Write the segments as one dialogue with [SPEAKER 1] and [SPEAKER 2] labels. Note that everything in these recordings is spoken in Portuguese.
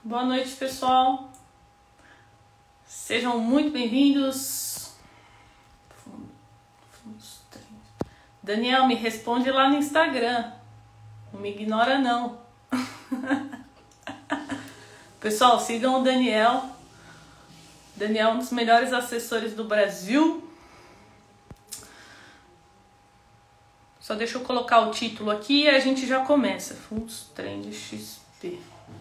[SPEAKER 1] Boa noite, pessoal. Sejam muito bem-vindos. Daniel, me responde lá no Instagram. Não me ignora, não. Pessoal, sigam o Daniel. Daniel é um dos melhores assessores do Brasil. Só deixa eu colocar o título aqui e a gente já começa. Fundos Trend XP.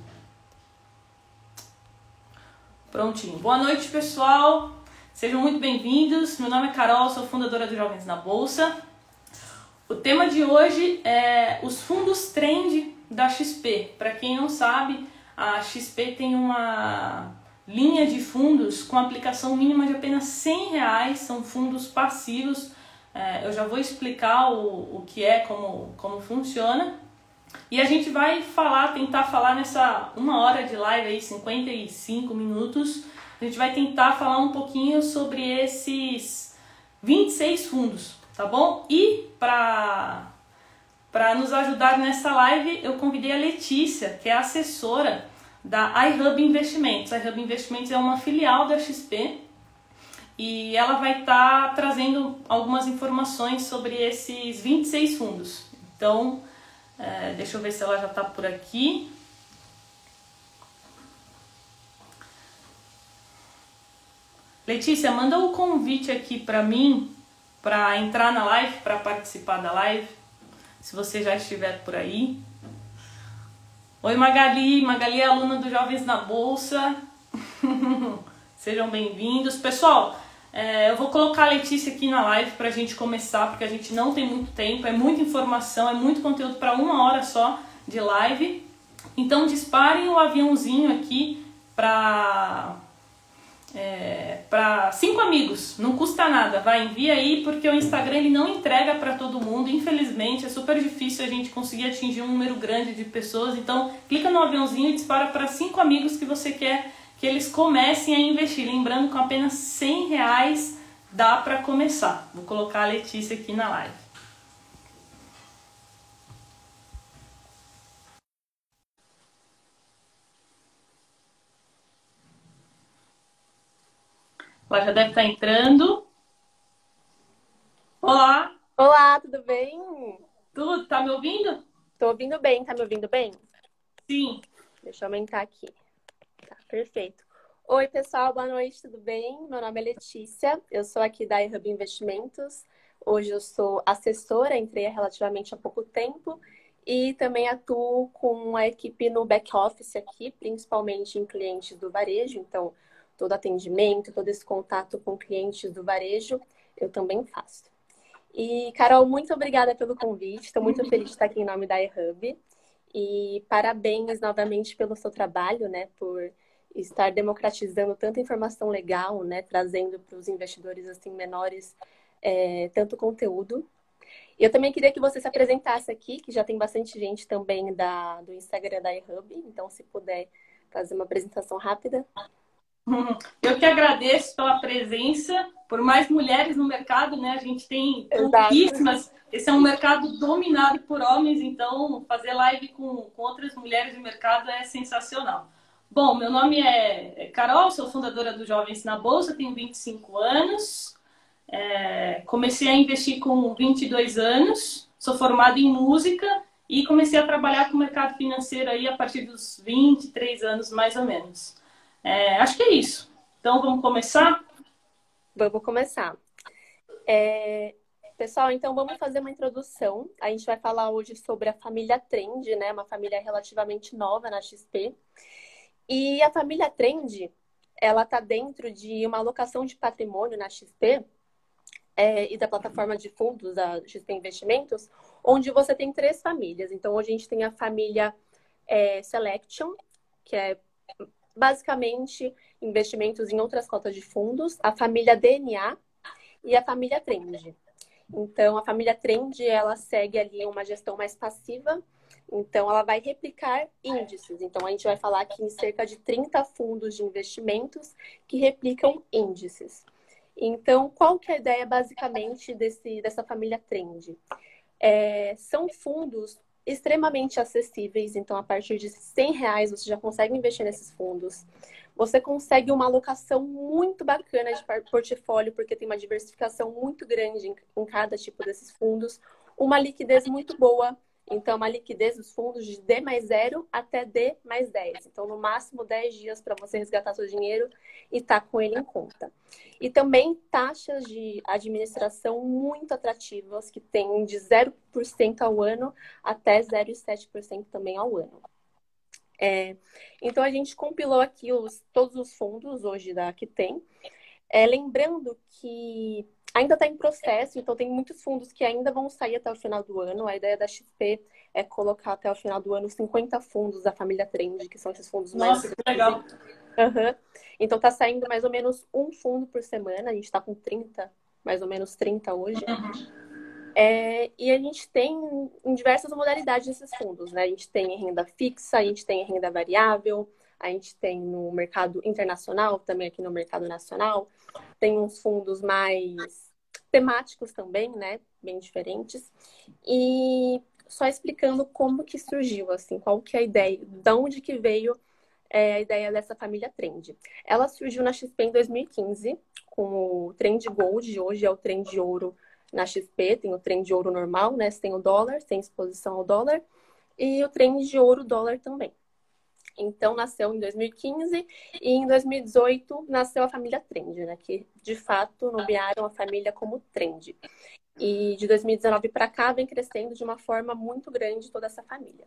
[SPEAKER 1] Prontinho. Boa noite, pessoal. Sejam muito bem-vindos. Meu nome é Carol, sou fundadora do Jovens na Bolsa. O tema de hoje é os fundos trend da XP. Para quem não sabe, a XP tem uma linha de fundos com aplicação mínima de apenas R$100. São fundos passivos. Eu já vou explicar o que é, como funciona. E a gente vai tentar falar nessa 1 hora de live aí, 55 minutos. A gente vai tentar falar um pouquinho sobre esses 26 fundos, tá bom? E para nos ajudar nessa live, eu convidei a Letícia, que é assessora da iHub Investimentos. A iHub Investimentos é uma filial da XP e ela vai estar trazendo algumas informações sobre esses 26 fundos. Então, deixa eu ver se ela já está por aqui. Letícia, manda o convite aqui para mim, para entrar na live, para participar da live, se você já estiver por aí. Oi, Magali. Magali é aluna do Jovens na Bolsa. Sejam bem-vindos. Pessoal, eu vou colocar a Letícia aqui na live para a gente começar, porque a gente não tem muito tempo, é muita informação, é muito conteúdo para 1 hora só de live. Então disparem o aviãozinho aqui para 5 amigos, não custa nada, vai, envia aí, porque o Instagram ele não entrega para todo mundo, infelizmente, é super difícil a gente conseguir atingir um número grande de pessoas. Então clica no aviãozinho e dispara para 5 amigos que você quer que eles comecem a investir. Lembrando que com apenas R$100 dá para começar. Vou colocar a Letícia aqui na live. Ela já deve estar entrando. Olá!
[SPEAKER 2] Olá, tudo bem?
[SPEAKER 1] Tudo? Tá me ouvindo?
[SPEAKER 2] Tô ouvindo bem, tá me ouvindo bem?
[SPEAKER 1] Sim.
[SPEAKER 2] Deixa eu aumentar aqui. Tá, perfeito. Oi, pessoal, boa noite, tudo bem? Meu nome é Letícia, eu sou aqui da iHub Investimentos. Hoje eu sou assessora, entrei há relativamente há pouco tempo e também atuo com a equipe no back-office aqui, principalmente em clientes do varejo. Então, todo atendimento, todo esse contato com clientes do varejo, eu também faço. E, Carol, muito obrigada pelo convite. Estou muito feliz de estar aqui em nome da iHub. E parabéns novamente pelo seu trabalho, né? Por estar democratizando tanta informação legal, né? Trazendo para os investidores assim menores tanto conteúdo. E eu também queria que você se apresentasse aqui, que já tem bastante gente também do Instagram da iHub. Então, se puder fazer uma apresentação rápida.
[SPEAKER 1] Eu que agradeço pela presença, por mais mulheres no mercado, né? A gente tem
[SPEAKER 2] Exato.
[SPEAKER 1] pouquíssimas. Esse é um mercado dominado por homens, então fazer live com outras mulheres no mercado é sensacional. Bom, meu nome é Carol, sou fundadora do Jovens na Bolsa, tenho 25 anos. Comecei a investir com 22 anos, sou formada em música e comecei a trabalhar com o mercado financeiro aí a partir dos 23 anos, mais ou menos. Acho que é isso. Então, vamos começar?
[SPEAKER 2] Vamos começar. Pessoal, então vamos fazer uma introdução. A gente vai falar hoje sobre a família Trend, né? Uma família relativamente nova na XP. E a família Trend, ela está dentro de uma alocação de patrimônio na XP e da plataforma de fundos da XP Investimentos, onde você tem 3 famílias. Então, hoje a gente tem a família Selection, que é basicamente investimentos em outras cotas de fundos, a família DNA e a família Trend. Então, a família Trend, ela segue ali uma gestão mais passiva. Então, ela vai replicar índices. Então, a gente vai falar aqui em cerca de 30 fundos de investimentos que replicam índices. Então, qual que é a ideia, basicamente, dessa família Trend? São fundos extremamente acessíveis, então a partir de R$ 100 você já consegue investir nesses fundos. Você consegue uma alocação muito bacana de portfólio, porque tem uma diversificação muito grande em cada tipo desses fundos, uma liquidez muito boa. Então, uma liquidez dos fundos de D+0 até D+10. Então, no máximo 10 dias para você resgatar seu dinheiro e estar com ele em conta. E também taxas de administração muito atrativas, que tem de 0% ao ano até 0,7% também ao ano. Então, a gente compilou aqui todos os fundos hoje que tem. Lembrando que ainda está em processo, então tem muitos fundos que ainda vão sair até o final do ano. A ideia da XP é colocar até o final do ano 50 fundos da família Trend, que são esses fundos mais...
[SPEAKER 1] Nossa, que legal.
[SPEAKER 2] Uhum. Então tá saindo mais ou menos um fundo por semana. A gente está com 30, mais ou menos 30 hoje. E a gente tem em diversas modalidades esses fundos, né? A gente tem em renda fixa, a gente tem em renda variável, a gente tem no mercado internacional, também aqui no mercado nacional. Tem uns fundos mais temáticos também, né? Bem diferentes. E só explicando como que surgiu, assim, qual que é a ideia, de onde que veio a ideia dessa família Trend. Ela surgiu na XP em 2015, com o Trend Gold, hoje é o Trend Ouro na XP, tem o Trend Ouro normal, né? Tem o dólar, tem exposição ao dólar, e o Trend Ouro dólar também. Então, nasceu em 2015 e em 2018 nasceu a família Trend, né? Que, de fato, nomearam a família como Trend. E de 2019 para cá vem crescendo de uma forma muito grande toda essa família.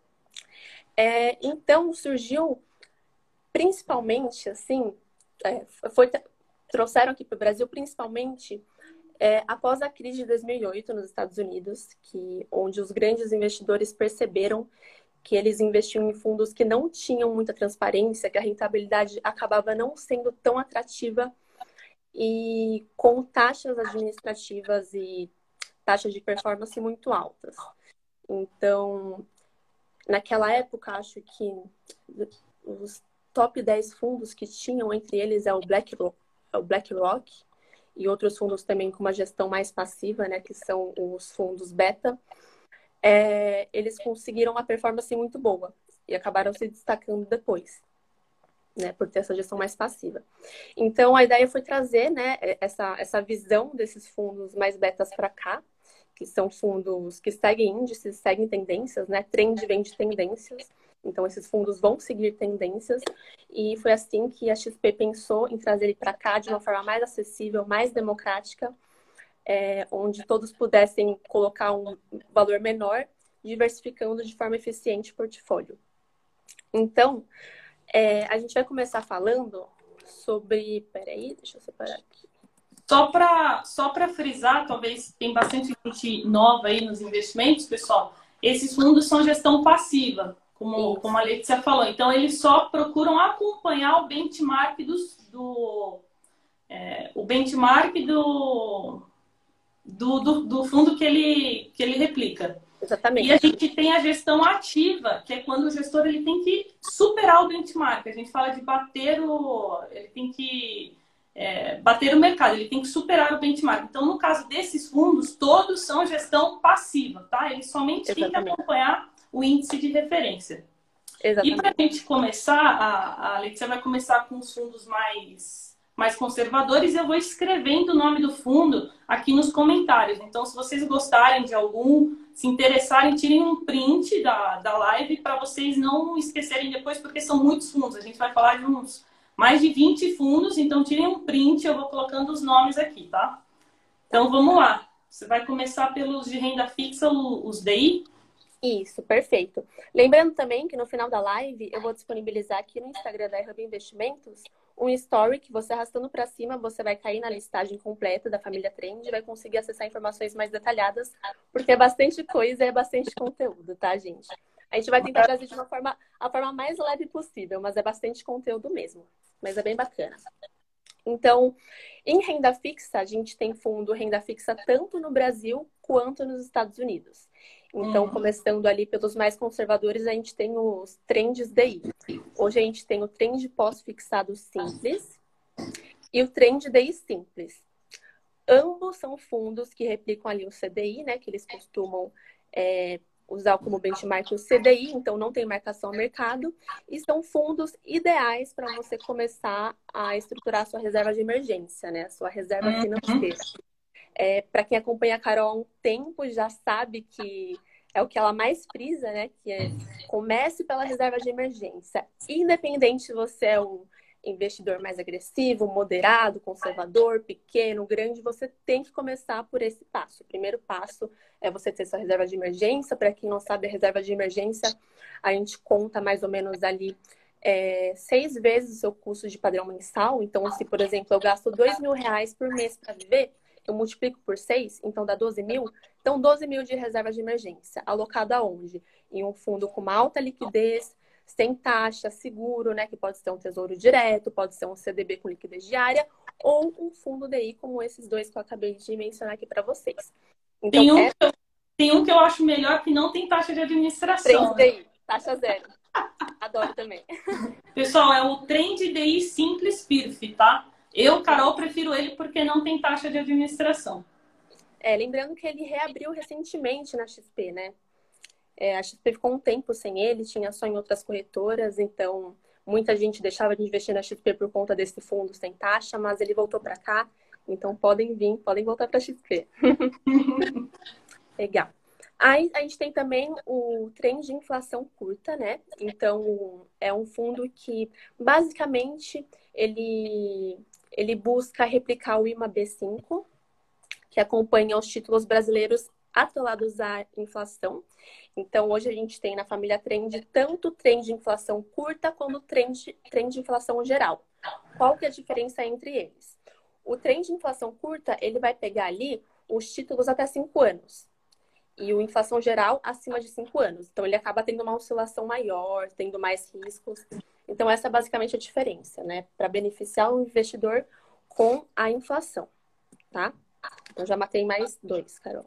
[SPEAKER 2] Então, surgiu principalmente, assim, trouxeram aqui para o Brasil principalmente após a crise de 2008 nos Estados Unidos, onde os grandes investidores perceberam que eles investiam em fundos que não tinham muita transparência, que a rentabilidade acabava não sendo tão atrativa e com taxas administrativas e taxas de performance muito altas. Então, naquela época, acho que os top 10 fundos que tinham entre eles é o BlackRock e outros fundos também com uma gestão mais passiva, né, que são os fundos beta. Eles conseguiram uma performance muito boa e acabaram se destacando depois, né, por ter essa gestão mais passiva. Então, a ideia foi trazer, né, essa visão desses fundos mais betas para cá, que são fundos que seguem índices, seguem tendências, né? Trend vem de tendências. Então, esses fundos vão seguir tendências. E foi assim que a XP pensou em trazer ele para cá de uma forma mais acessível, mais democrática, onde todos pudessem colocar um valor menor, diversificando de forma eficiente o portfólio. Então, a gente vai começar falando sobre... Peraí, deixa eu separar aqui.
[SPEAKER 1] Só para frisar, talvez tem bastante gente nova aí nos investimentos, pessoal. Esses fundos são gestão passiva, como a Letícia falou. Então, eles só procuram acompanhar o benchmark o benchmark do fundo que ele replica.
[SPEAKER 2] Exatamente.
[SPEAKER 1] E a gente tem a gestão ativa, que é quando o gestor ele tem que superar o benchmark. A gente fala de ele tem que bater o mercado, ele tem que superar o benchmark. Então, no caso desses fundos, todos são gestão passiva, tá? Eles somente têm que acompanhar o índice de referência. Exatamente. E para a gente começar, a Letícia vai começar com os fundos mais conservadores. Eu vou escrevendo o nome do fundo aqui nos comentários. Então, se vocês gostarem de algum, se interessarem, tirem um print da live para vocês não esquecerem depois, porque são muitos fundos. A gente vai falar de mais de 20 fundos, então tirem um print, eu vou colocando os nomes aqui, tá? Então, vamos lá. Você vai começar pelos de renda fixa, os DI?
[SPEAKER 2] Isso, perfeito. Lembrando também que no final da live eu vou disponibilizar aqui no Instagram da Hub Investimentos um story que você arrastando para cima, você vai cair na listagem completa da família Trend e vai conseguir acessar informações mais detalhadas, porque é bastante coisa e é bastante conteúdo, tá, gente? A gente vai tentar trazer de a forma mais leve possível, mas é bastante conteúdo mesmo. Mas é bem bacana. Então, em renda fixa, a gente tem fundo renda fixa tanto no Brasil quanto nos Estados Unidos. Então, começando ali pelos mais conservadores, a gente tem os trends DI. Hoje a gente tem o trend pós-fixado simples e o trend DI simples. Ambos são fundos que replicam ali o CDI, né? Que eles costumam usar como benchmark o CDI, então não tem marcação ao mercado, e são fundos ideais para você começar a estruturar a sua reserva de emergência, né? A sua reserva financeira. Para quem acompanha a Carol há um tempo, já sabe que é o que ela mais frisa, né? Que é comece pela reserva de emergência. Independente se você é um investidor mais agressivo, moderado, conservador, pequeno, grande, você tem que começar por esse passo. O primeiro passo é você ter sua reserva de emergência. Para quem não sabe, a reserva de emergência, a gente conta mais ou menos ali 6 vezes o seu custo de padrão mensal. Então, se, por exemplo, eu gasto R$ 2.000 por mês para viver, eu multiplico por 6, então dá 12 mil. Então, 12 mil de reserva de emergência, alocado aonde? Em um fundo com uma alta liquidez, sem taxa, seguro, né? Que pode ser um tesouro direto, pode ser um CDB com liquidez diária, ou um fundo DI como esses dois que eu acabei de mencionar aqui para vocês. Então,
[SPEAKER 1] tem um que eu acho melhor que não tem taxa de administração.
[SPEAKER 2] Trend DI, taxa zero. Adoro também.
[SPEAKER 1] Pessoal, é o Trend DI Simples PIRF, tá? Eu, Carol, prefiro ele porque não tem taxa de administração.
[SPEAKER 2] Lembrando que ele reabriu recentemente na XP, né? A XP ficou um tempo sem ele, tinha só em outras corretoras, então muita gente deixava de investir na XP por conta desse fundo sem taxa, mas ele voltou para cá, então podem voltar para a XP. Legal. Aí a gente tem também o trem de inflação curta, né? Então é um fundo que basicamente ele busca replicar o IMAB5, que acompanha os títulos brasileiros atrelados à inflação. Então, hoje a gente tem na família Trend tanto trem de inflação curta quanto trem de inflação geral. Qual que é a diferença entre eles? O trem de inflação curta, ele vai pegar ali os títulos até 5 anos. E o inflação geral acima de 5 anos. Então, ele acaba tendo uma oscilação maior, tendo mais riscos. Então, essa é basicamente a diferença, né? Para beneficiar o investidor com a inflação, tá? Então, já matei mais 2, Carol.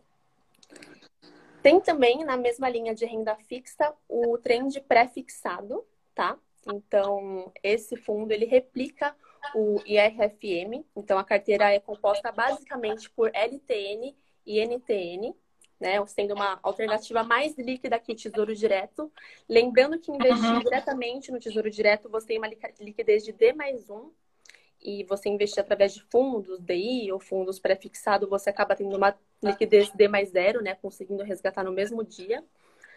[SPEAKER 2] Tem também, na mesma linha de renda fixa, o trend pré-fixado, tá? Então, esse fundo, ele replica o IRFM. Então, a carteira é composta basicamente por LTN e NTN, né? Sendo uma alternativa mais líquida que o Tesouro Direto. Lembrando que investir diretamente no Tesouro Direto, você tem uma liquidez de D+1. E você investir através de fundos, DI ou fundos pré-fixados, você acaba tendo uma liquidez D+0, né? Conseguindo resgatar no mesmo dia.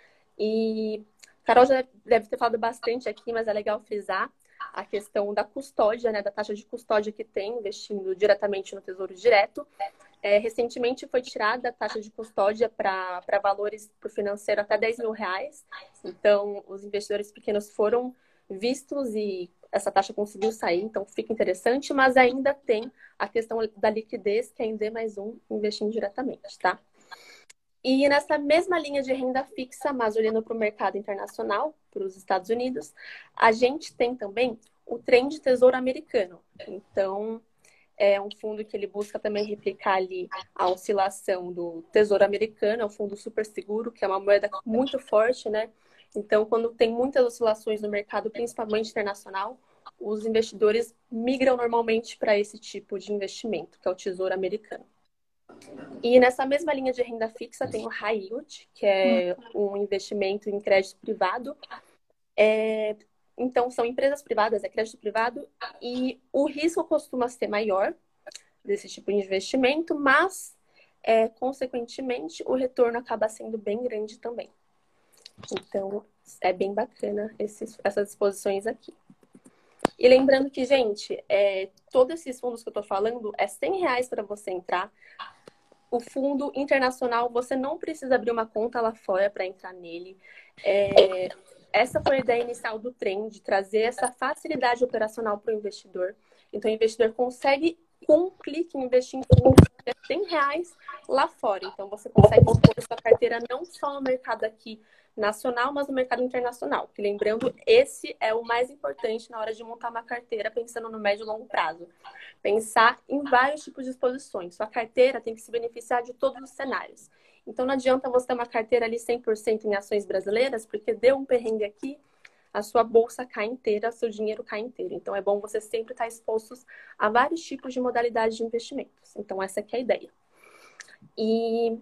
[SPEAKER 2] E Carol já deve ter falado bastante aqui, mas é legal frisar a questão da custódia, né? Da taxa de custódia que tem investindo diretamente no Tesouro Direto. Recentemente foi tirada a taxa de custódia para valores para o financeiro até R$ 10.000. Então, os investidores pequenos foram vistos e essa taxa conseguiu sair, então fica interessante, mas ainda tem a questão da liquidez, que é em D+1 investindo diretamente, tá? E nessa mesma linha de renda fixa, mas olhando para o mercado internacional, para os Estados Unidos, a gente tem também o trem de tesouro americano. Então, é um fundo que ele busca também replicar ali a oscilação do tesouro americano, é um fundo super seguro, que é uma moeda muito forte, né? Então, quando tem muitas oscilações no mercado, principalmente internacional, os investidores migram normalmente para esse tipo de investimento, que é o tesouro americano. E nessa mesma linha de renda fixa tem o High Yield, que é um investimento em crédito privado. Então, são empresas privadas, é crédito privado, e o risco costuma ser maior desse tipo de investimento, mas, consequentemente, o retorno acaba sendo bem grande também. Então, é bem bacana essas exposições aqui. E lembrando que, gente, todos esses fundos que eu tô falando, é R$ 100 para você entrar. O fundo internacional, você não precisa abrir uma conta lá fora para entrar nele. Essa foi a ideia inicial do Trem, de trazer essa facilidade operacional para o investidor. Então, o investidor consegue, com um clique, investir em fundos de R$ 100 lá fora. Então, você consegue expor sua carteira não só no mercado aqui nacional, mas no mercado internacional. Que, lembrando, esse é o mais importante na hora de montar uma carteira, pensando no médio e longo prazo. Pensar em vários tipos de exposições. Sua carteira tem que se beneficiar de todos os cenários. Então, não adianta você ter uma carteira ali 100% em ações brasileiras, porque deu um perrengue aqui, a sua bolsa cai inteira, seu dinheiro cai inteiro. Então, é bom você sempre estar exposto a vários tipos de modalidades de investimentos. Então, essa aqui é a ideia. E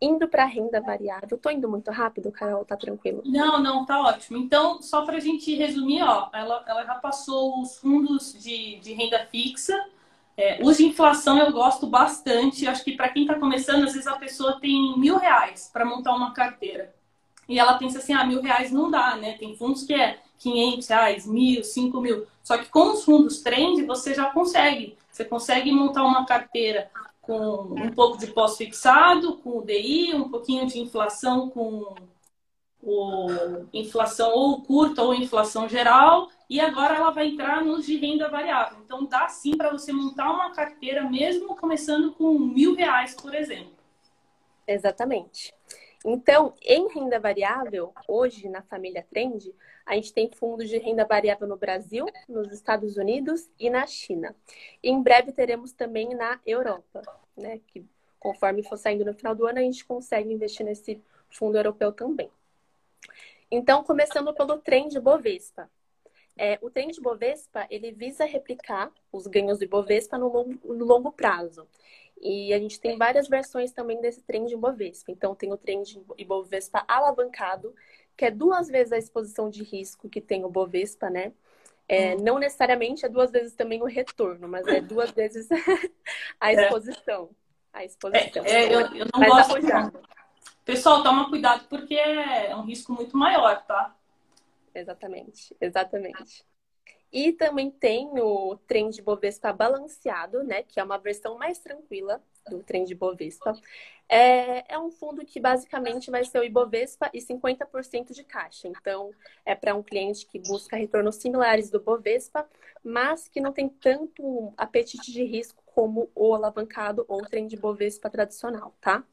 [SPEAKER 2] Indo para renda variável, tô indo muito rápido, Carol, tá tranquilo?
[SPEAKER 1] Não, não, tá ótimo. Então, só para a gente resumir, ó, ela já passou os fundos de renda fixa. Os de inflação eu gosto bastante. Acho que para quem está começando, às vezes a pessoa tem R$ 1.000 para montar uma carteira. E ela pensa assim, R$ 1.000 não dá, né? Tem fundos que é R$ 500, 1.000, 5.000. Só que com os fundos trend você já consegue. Você consegue montar uma carteira com um pouco de pós-fixado, com o DI, um pouquinho de inflação com o inflação ou curta ou inflação geral, e agora ela vai entrar nos de renda variável. Então dá sim para você montar uma carteira mesmo começando com R$ 1.000, por exemplo.
[SPEAKER 2] Exatamente. Então, em renda variável, hoje na família Trend, a gente tem fundos de renda variável no Brasil, nos Estados Unidos e na China. E em breve teremos também na Europa, né? Que conforme for saindo no final do ano, a gente consegue investir nesse fundo europeu também. Então, começando pelo Trend Bovespa. O Trend Bovespa, ele visa replicar os ganhos do Ibovespa no longo prazo. E a gente tem várias versões também desse trend Ibovespa. Então, tem o trend Ibovespa alavancado, que é 2 vezes a exposição de risco que tem o Bovespa, né? Não necessariamente é 2 vezes também o retorno, mas é 2 vezes a
[SPEAKER 1] É,
[SPEAKER 2] exposição. A exposição.
[SPEAKER 1] eu não
[SPEAKER 2] Mais
[SPEAKER 1] gosto. Não.
[SPEAKER 2] arrojada.
[SPEAKER 1] Pessoal, toma cuidado porque é um risco muito maior, tá?
[SPEAKER 2] Exatamente, exatamente. E também tem o trem de Bovespa balanceado, né? Que é uma versão mais tranquila do trem de Bovespa. É um fundo que basicamente vai ser o Ibovespa e 50% de caixa. Então, é para um cliente que busca retornos similares do Bovespa, mas que não tem tanto apetite de risco como o alavancado ou o trem de Bovespa tradicional, tá?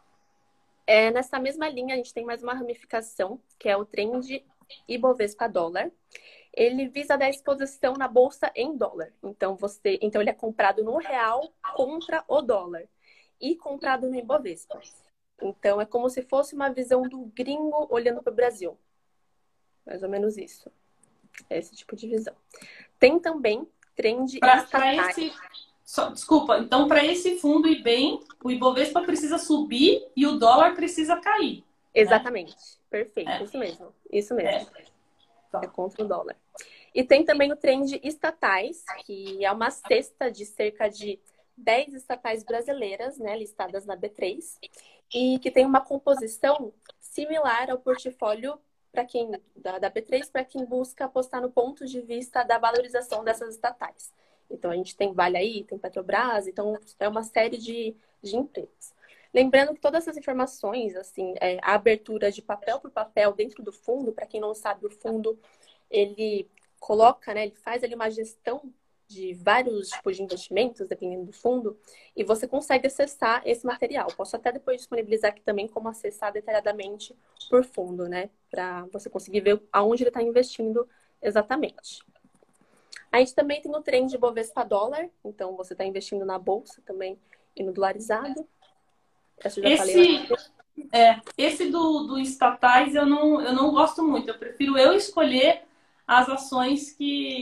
[SPEAKER 2] Nessa mesma linha, a gente tem mais uma ramificação, que é o trend Ibovespa dólar. Ele visa dar exposição na bolsa em dólar. Então ele é comprado no real contra o dólar e comprado no Ibovespa. Então é como se fosse uma visão do gringo olhando para o Brasil. Mais ou menos isso. É esse tipo de visão. Tem também trend estatais.
[SPEAKER 1] Desculpa, então para esse fundo ir bem, o Ibovespa precisa subir e o dólar precisa cair.
[SPEAKER 2] Exatamente. Perfeito.
[SPEAKER 1] Né?
[SPEAKER 2] Isso mesmo. Isso mesmo.
[SPEAKER 1] Tá.
[SPEAKER 2] É contra o dólar. E tem também o trend estatais, que é uma cesta de cerca de 10 estatais brasileiras, né, listadas na B3, e que tem uma composição similar ao portfólio para quem da B3 para quem busca apostar no ponto de vista da valorização dessas estatais. Então a gente tem Vale aí, tem Petrobras, então é uma série de empresas. Lembrando que todas essas informações, assim, a abertura de papel por papel dentro do fundo, para quem não sabe, o fundo ele coloca, né, ele faz ali uma gestão de vários tipos de investimentos, dependendo do fundo, e você consegue acessar esse material. Posso até depois disponibilizar aqui também como acessar detalhadamente por fundo, né, para você conseguir ver aonde ele está investindo exatamente. A gente também tem o trend de Bovespa dólar, então você está investindo na bolsa também e no dolarizado. Essa eu já falei.
[SPEAKER 1] Esse do estatais eu não gosto muito. Eu prefiro eu escolher as ações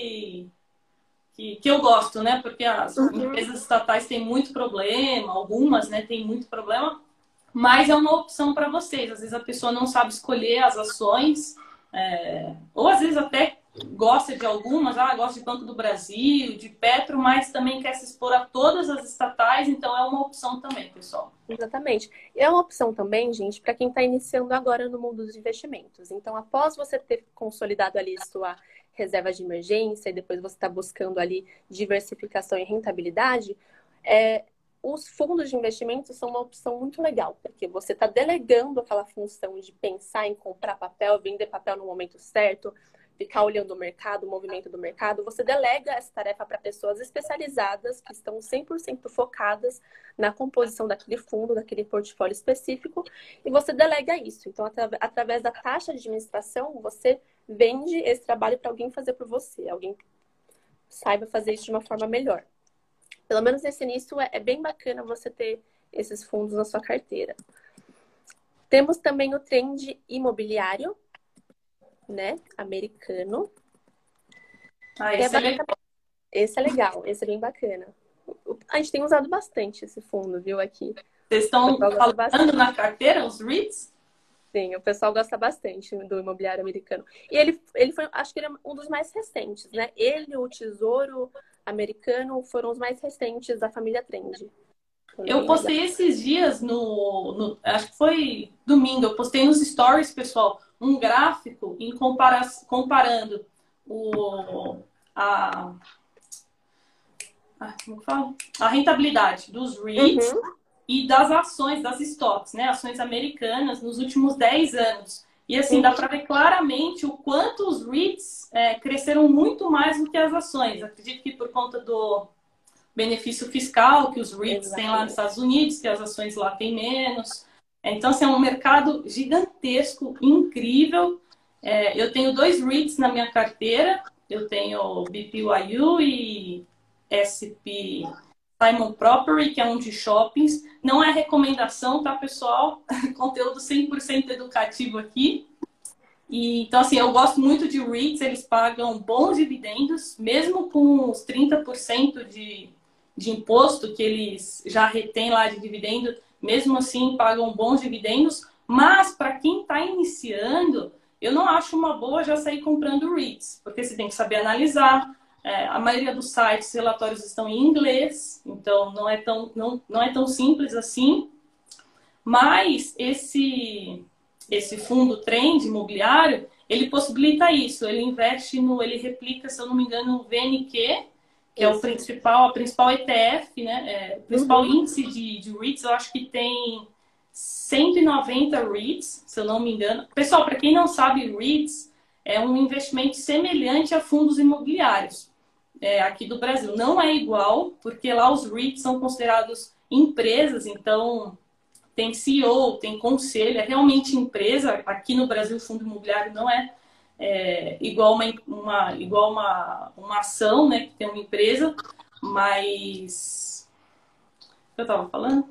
[SPEAKER 1] que eu gosto, né? Porque as empresas estatais têm muito problema, algumas, né, têm muito problema, mas é uma opção para vocês. Às vezes a pessoa não sabe escolher as ações, ou às vezes até gosta de algumas, gosta de Banco do Brasil, de Petro, mas também quer se expor a todas as estatais, então é uma opção também, pessoal.
[SPEAKER 2] Exatamente. É uma opção também, gente, para quem está iniciando agora no mundo dos investimentos. Então, após você ter consolidado ali sua reserva de emergência e depois você está buscando ali diversificação e rentabilidade, os fundos de investimento são uma opção muito legal, porque você está delegando aquela função de pensar em comprar papel, vender papel no momento certo, ficar olhando o mercado, o movimento do mercado, você delega essa tarefa para pessoas especializadas que estão 100% focadas na composição daquele fundo, daquele portfólio específico, e você delega isso. Então, através da taxa de administração, você vende esse trabalho para alguém fazer por você, alguém que saiba fazer isso de uma forma melhor. Pelo menos nesse início, é bem bacana você ter esses fundos na sua carteira. Temos também o trend imobiliário, né, americano. Esse é legal, esse é bem bacana. A gente tem usado bastante esse fundo, viu, aqui.
[SPEAKER 1] Vocês
[SPEAKER 2] O
[SPEAKER 1] estão
[SPEAKER 2] pessoal gosta
[SPEAKER 1] falando
[SPEAKER 2] bastante.
[SPEAKER 1] na carteira os REITs?
[SPEAKER 2] Sim, o pessoal gosta bastante do imobiliário americano. E ele foi, acho que ele é um dos mais recentes, né? Ele e o Tesouro Americano foram os mais recentes da família Trend. Foram
[SPEAKER 1] Eu
[SPEAKER 2] bem legais.
[SPEAKER 1] postei esses dias acho que foi domingo, eu postei nos stories, pessoal, um gráfico comparando o, a, como que fala? A rentabilidade dos REITs
[SPEAKER 2] Uhum,
[SPEAKER 1] e das ações, das stocks, né? Ações americanas nos últimos 10 anos. E assim, dá
[SPEAKER 2] uhum.
[SPEAKER 1] para ver claramente o quanto os REITs cresceram muito mais do que as ações. Acredito que por conta do benefício fiscal que os REITs têm lá nos
[SPEAKER 2] Exatamente.
[SPEAKER 1] Estados Unidos, que as ações lá têm menos. Então, assim, é um mercado gigantesco, incrível. Eu tenho dois REITs na minha carteira. Eu tenho BPYU e SP Simon Property, que é um de shoppings. Não é recomendação, tá, pessoal? Conteúdo 100% educativo aqui. Então, assim, eu gosto muito de REITs, eles pagam bons dividendos, mesmo com os 30% de imposto que eles já retêm lá de dividendo, mesmo assim pagam bons dividendos. Mas, para quem está iniciando, eu não acho uma boa já sair comprando REITs, porque você tem que saber analisar. A maioria dos sites, relatórios estão em inglês, então não é tão simples assim. Mas esse fundo trend imobiliário, ele possibilita isso. Ele investe ele replica, se eu não me engano, o VNQ, que é
[SPEAKER 2] Isso.
[SPEAKER 1] a principal ETF, né? O principal
[SPEAKER 2] Uhum.
[SPEAKER 1] índice de REITs, eu acho que tem 190 REITs, se eu não me engano. Pessoal, para quem não sabe, REITs é um investimento semelhante a fundos imobiliários aqui do Brasil. Não é igual, porque lá os REITs são considerados empresas, então tem CEO, tem conselho, é realmente empresa. Aqui no Brasil, o fundo imobiliário não igual uma ação, né, que tem uma empresa, mas eu estava falando.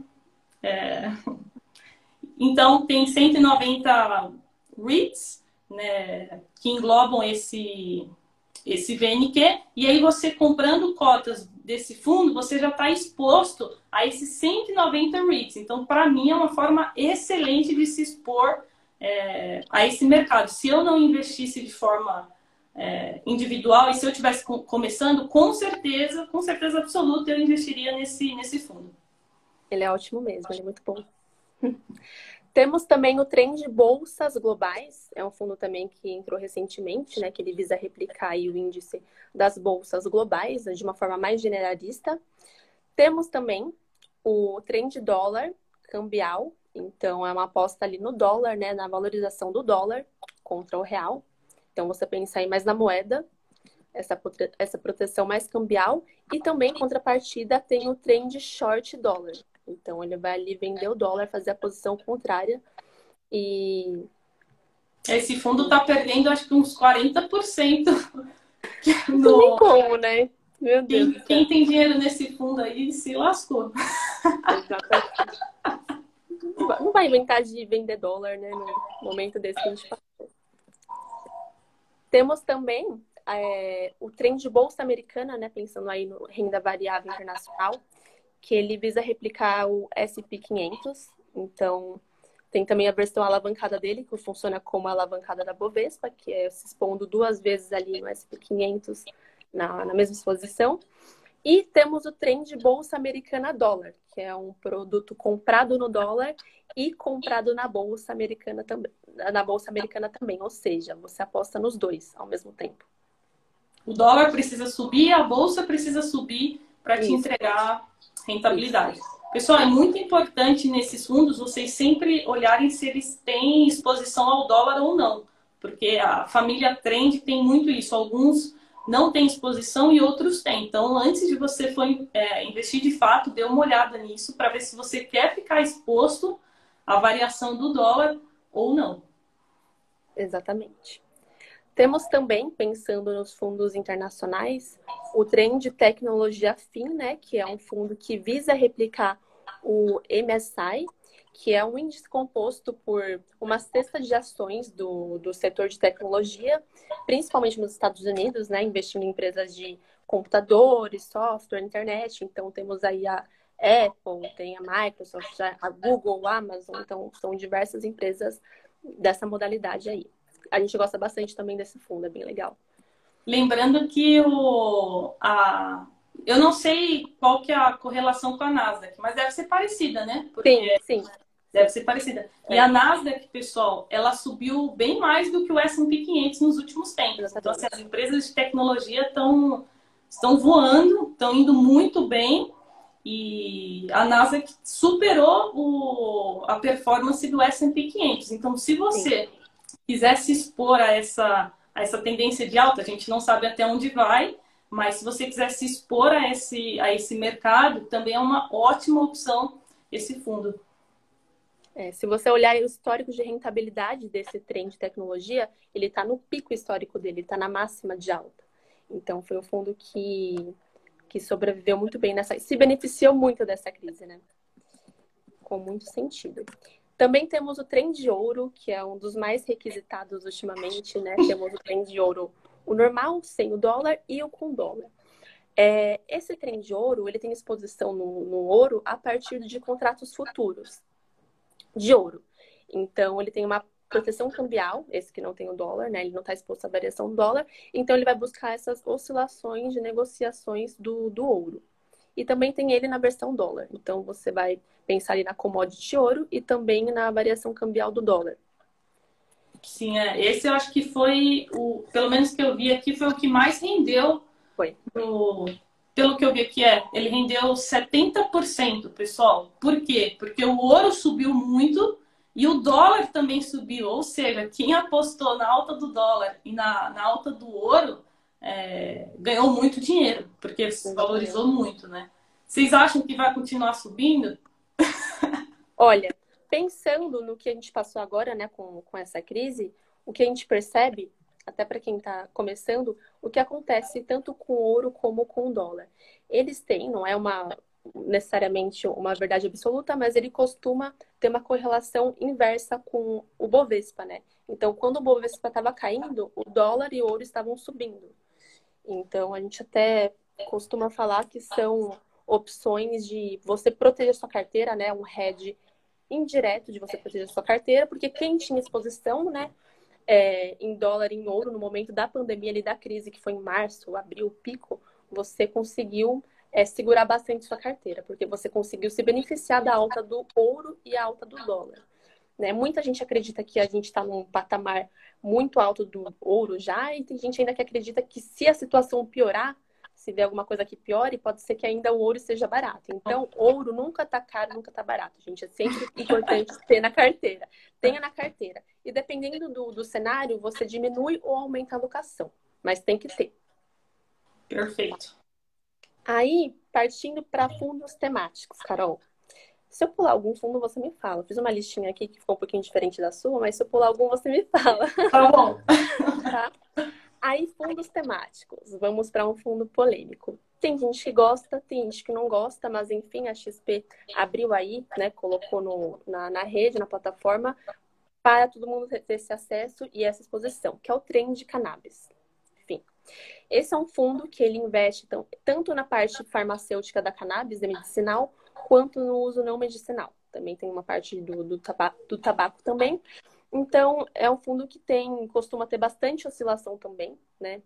[SPEAKER 1] Então, tem 190 REITs, né, que englobam esse VNQ, e aí você comprando cotas desse fundo, você já está exposto a esses 190 REITs. Então, para mim, é uma forma excelente de se expor a esse mercado. Se eu não investisse de forma individual e se eu estivesse começando, com certeza absoluta, eu investiria nesse fundo.
[SPEAKER 2] Ele é ótimo mesmo, ele é muito bom. Temos também o Trend Bolsas Globais, é um fundo também que entrou recentemente, né, que ele visa replicar aí o índice das bolsas globais de uma forma mais generalista. Temos também o Trend Dólar Cambial, então é uma aposta ali no dólar, né, na valorização do dólar contra o real. Então você pensa aí mais na moeda, essa proteção mais cambial. E também, em contrapartida, tem o Trend Short Dólar. Então ele vai ali vender o dólar, fazer a posição contrária e
[SPEAKER 1] Esse fundo está perdendo, acho que uns 40%
[SPEAKER 2] não tem nem
[SPEAKER 1] no.
[SPEAKER 2] como, né? Meu Deus do
[SPEAKER 1] Quem
[SPEAKER 2] céu.
[SPEAKER 1] tem dinheiro nesse fundo aí se lascou.
[SPEAKER 2] Exatamente. Não vai inventar de vender dólar, né? No momento desse que a gente fala. Temos também o trend de bolsa americana, né? Pensando aí no renda variável internacional, que ele visa replicar o S&P 500. Então, tem também a versão alavancada dele, que funciona como a alavancada da Bovespa, que é se expondo duas vezes ali no S&P 500 na mesma exposição. E temos o trend Bolsa Americana Dólar, que é um produto comprado no dólar e comprado na Bolsa Americana também, ou seja, você aposta nos dois ao mesmo tempo.
[SPEAKER 1] O dólar precisa subir, a bolsa precisa subir para te
[SPEAKER 2] Isso,
[SPEAKER 1] entregar
[SPEAKER 2] isso.
[SPEAKER 1] rentabilidade. Pessoal, é muito importante nesses fundos vocês sempre olharem se eles têm exposição ao dólar ou não, porque a família Trend tem muito isso. Alguns não têm exposição e outros têm. Então, antes de você for investir de fato, dê uma olhada nisso para ver se você quer ficar exposto à variação do dólar ou não.
[SPEAKER 2] Exatamente. Temos também, pensando nos fundos internacionais, o Trend Tecnologia FIN, né, que é um fundo que visa replicar o MSI, que é um índice composto por uma cesta de ações do setor de tecnologia, principalmente nos Estados Unidos, né, investindo em empresas de computadores, software, internet. Então, temos aí a Apple, tem a Microsoft, a Google, a Amazon, então são diversas empresas dessa modalidade aí. A gente gosta bastante também desse fundo, é bem legal.
[SPEAKER 1] Lembrando que eu não sei qual que é a correlação com a Nasdaq, mas deve ser parecida, né?
[SPEAKER 2] Sim,
[SPEAKER 1] Porque
[SPEAKER 2] sim,
[SPEAKER 1] deve
[SPEAKER 2] sim.
[SPEAKER 1] ser parecida. E
[SPEAKER 2] É,
[SPEAKER 1] a Nasdaq, pessoal, ela subiu bem mais do que o S&P 500 nos últimos tempos. Então, assim, as
[SPEAKER 2] exatamente.
[SPEAKER 1] empresas de tecnologia estão voando, estão indo muito bem. E a Nasdaq superou a performance do S&P 500. Então, se
[SPEAKER 2] Sim.
[SPEAKER 1] você quiser se expor a essa tendência de alta, a gente não sabe até onde vai, mas se você quiser se expor a esse mercado, também é uma ótima opção esse fundo.
[SPEAKER 2] Se você olhar o histórico de rentabilidade desse trem de tecnologia, ele está no pico histórico dele, está na máxima de alta. Então, foi um fundo que sobreviveu muito bem se beneficiou muito dessa crise, né? Com muito sentido. Também temos o trem de ouro, que é um dos mais requisitados ultimamente, né? Temos o trem de ouro, o normal, sem o dólar, e o com dólar. Esse trem de ouro, ele tem exposição no ouro a partir de contratos futuros de ouro. Então, ele tem uma proteção cambial, esse que não tem o dólar, né? Ele não está exposto à variação do dólar. Então, ele vai buscar essas oscilações de negociações do ouro. E também tem ele na versão dólar. Então, você vai pensar ali na commodity ouro e também na variação cambial do dólar.
[SPEAKER 1] Sim, esse eu acho que foi pelo menos que eu vi aqui, foi o que mais rendeu
[SPEAKER 2] Foi.
[SPEAKER 1] pelo que eu vi aqui, ele rendeu 70%, pessoal. Por quê? Porque o ouro subiu muito e o dólar também subiu. Ou seja, quem apostou na alta do dólar e na alta do ouro ganhou muito dinheiro, porque se valorizou
[SPEAKER 2] Exatamente.
[SPEAKER 1] muito, né? Vocês acham que vai continuar subindo?
[SPEAKER 2] Olha, pensando no que a gente passou agora, né, com essa crise, o que a gente percebe, até para quem está começando, o que acontece tanto com o ouro como com o dólar. Eles têm, não é necessariamente uma verdade absoluta, mas ele costuma ter uma correlação inversa com o Bovespa, né? Então, quando o Bovespa estava caindo, o dólar e o ouro estavam subindo. Então, a gente até costuma falar que são opções de você proteger sua carteira, né? Um hedge indireto de você proteger sua carteira, porque quem tinha exposição, né, em dólar, em ouro, no momento da pandemia ali, da crise, que foi em março, abril, o pico, você conseguiu segurar bastante sua carteira, porque você conseguiu se beneficiar da alta do ouro e a alta do dólar. Né? Muita gente acredita que a gente está num patamar muito alto do ouro já, e tem gente ainda que acredita que se a situação piorar, se der alguma coisa que piore, pode ser que ainda o ouro seja barato. Então, ouro nunca tá caro, nunca tá barato, gente. É sempre importante ter na carteira. Tenha na carteira. E dependendo do cenário, você diminui ou aumenta a alocação. Mas tem que ter.
[SPEAKER 1] Perfeito.
[SPEAKER 2] Aí, partindo para fundos temáticos, Carol. Se eu pular algum fundo, você me fala. Fiz uma listinha aqui que ficou um pouquinho diferente da sua, mas se eu pular algum, você me fala.
[SPEAKER 1] Tá bom.
[SPEAKER 2] Tá? Aí, fundos temáticos. Vamos para um fundo polêmico. Tem gente que gosta, tem gente que não gosta, mas enfim, a XP abriu aí, né? Colocou na rede, na plataforma, para todo mundo ter esse acesso e essa exposição, que é o trem de cannabis. Enfim, esse é um fundo que ele investe tanto na parte farmacêutica da cannabis, da medicinal, quanto no uso não medicinal. Também tem uma parte do tabaco também. Então, é um fundo que costuma ter bastante oscilação também, né?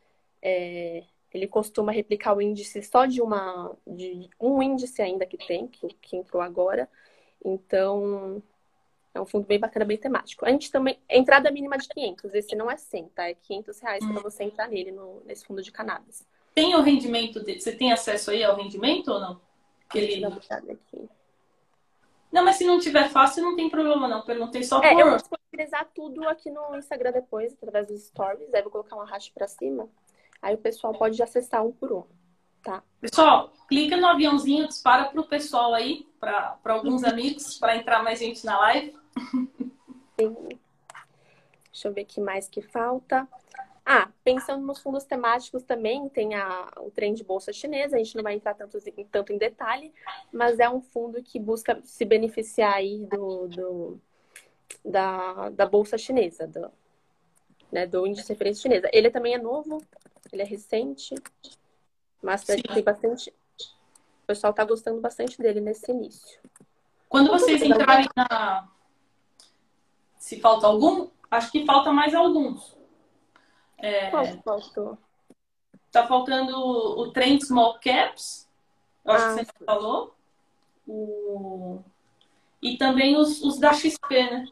[SPEAKER 2] Ele costuma replicar o índice só de um índice ainda que tem, que entrou agora. Então, é um fundo bem bacana, bem temático. A gente também, entrada mínima de 500, esse não é 100, tá? É R$ 500 para você entrar nele, nesse fundo de cannabis.
[SPEAKER 1] Tem o rendimento dele? Você tem acesso aí ao rendimento ou não?
[SPEAKER 2] Deixa eu dar uma olhada aqui.
[SPEAKER 1] Não, mas se não tiver fácil, não tem problema não. Perguntei só
[SPEAKER 2] Eu vou
[SPEAKER 1] por.
[SPEAKER 2] disponibilizar tudo aqui no Instagram depois, através dos stories. Aí eu vou colocar um arraste para cima. Aí o pessoal pode acessar um por um, tá?
[SPEAKER 1] Pessoal, clica no aviãozinho, dispara pro pessoal aí, para alguns amigos, para entrar mais gente na live.
[SPEAKER 2] Deixa eu ver o que mais que falta. Pensando nos fundos temáticos também, tem o trem de bolsa chinesa, a gente não vai entrar tanto em detalhe, mas é um fundo que busca se beneficiar aí da bolsa chinesa, do índice de referência chinesa. Ele também é novo, ele é recente, mas tem bastante. O pessoal está gostando bastante dele nesse início.
[SPEAKER 1] Quando vocês entrarem na... Se falta algum, acho que falta mais alguns.
[SPEAKER 2] Qual que faltou?
[SPEAKER 1] Tá faltando o Trend Small Caps, eu acho que você falou. E também os da XP, né?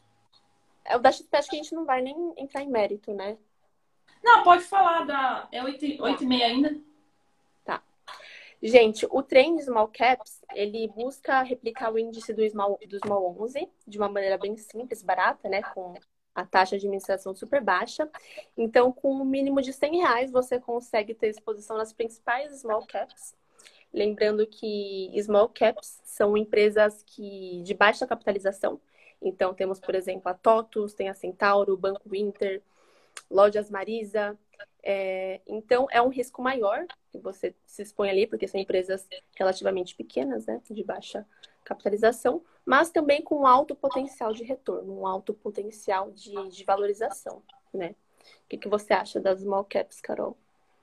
[SPEAKER 2] O da XP acho que a gente não vai nem entrar em mérito, né?
[SPEAKER 1] Não, pode falar. É 8h30 ainda.
[SPEAKER 2] Tá. Gente, o Trend Small Caps, ele busca replicar o índice do Small 11 de uma maneira bem simples, barata, né? Com a taxa de administração super baixa. Então, com um mínimo de R$ 100, você consegue ter exposição nas principais Small Caps. Lembrando que Small Caps são empresas de baixa capitalização. Então, temos, por exemplo, a TOTUS, tem a Centauro, o Banco Inter, Lojas Marisa. Então, é um risco maior que você se expõe ali, porque são empresas relativamente pequenas, né, de baixa capitalização, mas também com um alto potencial de retorno, um alto potencial de valorização, né? O que você acha das small caps, Carol?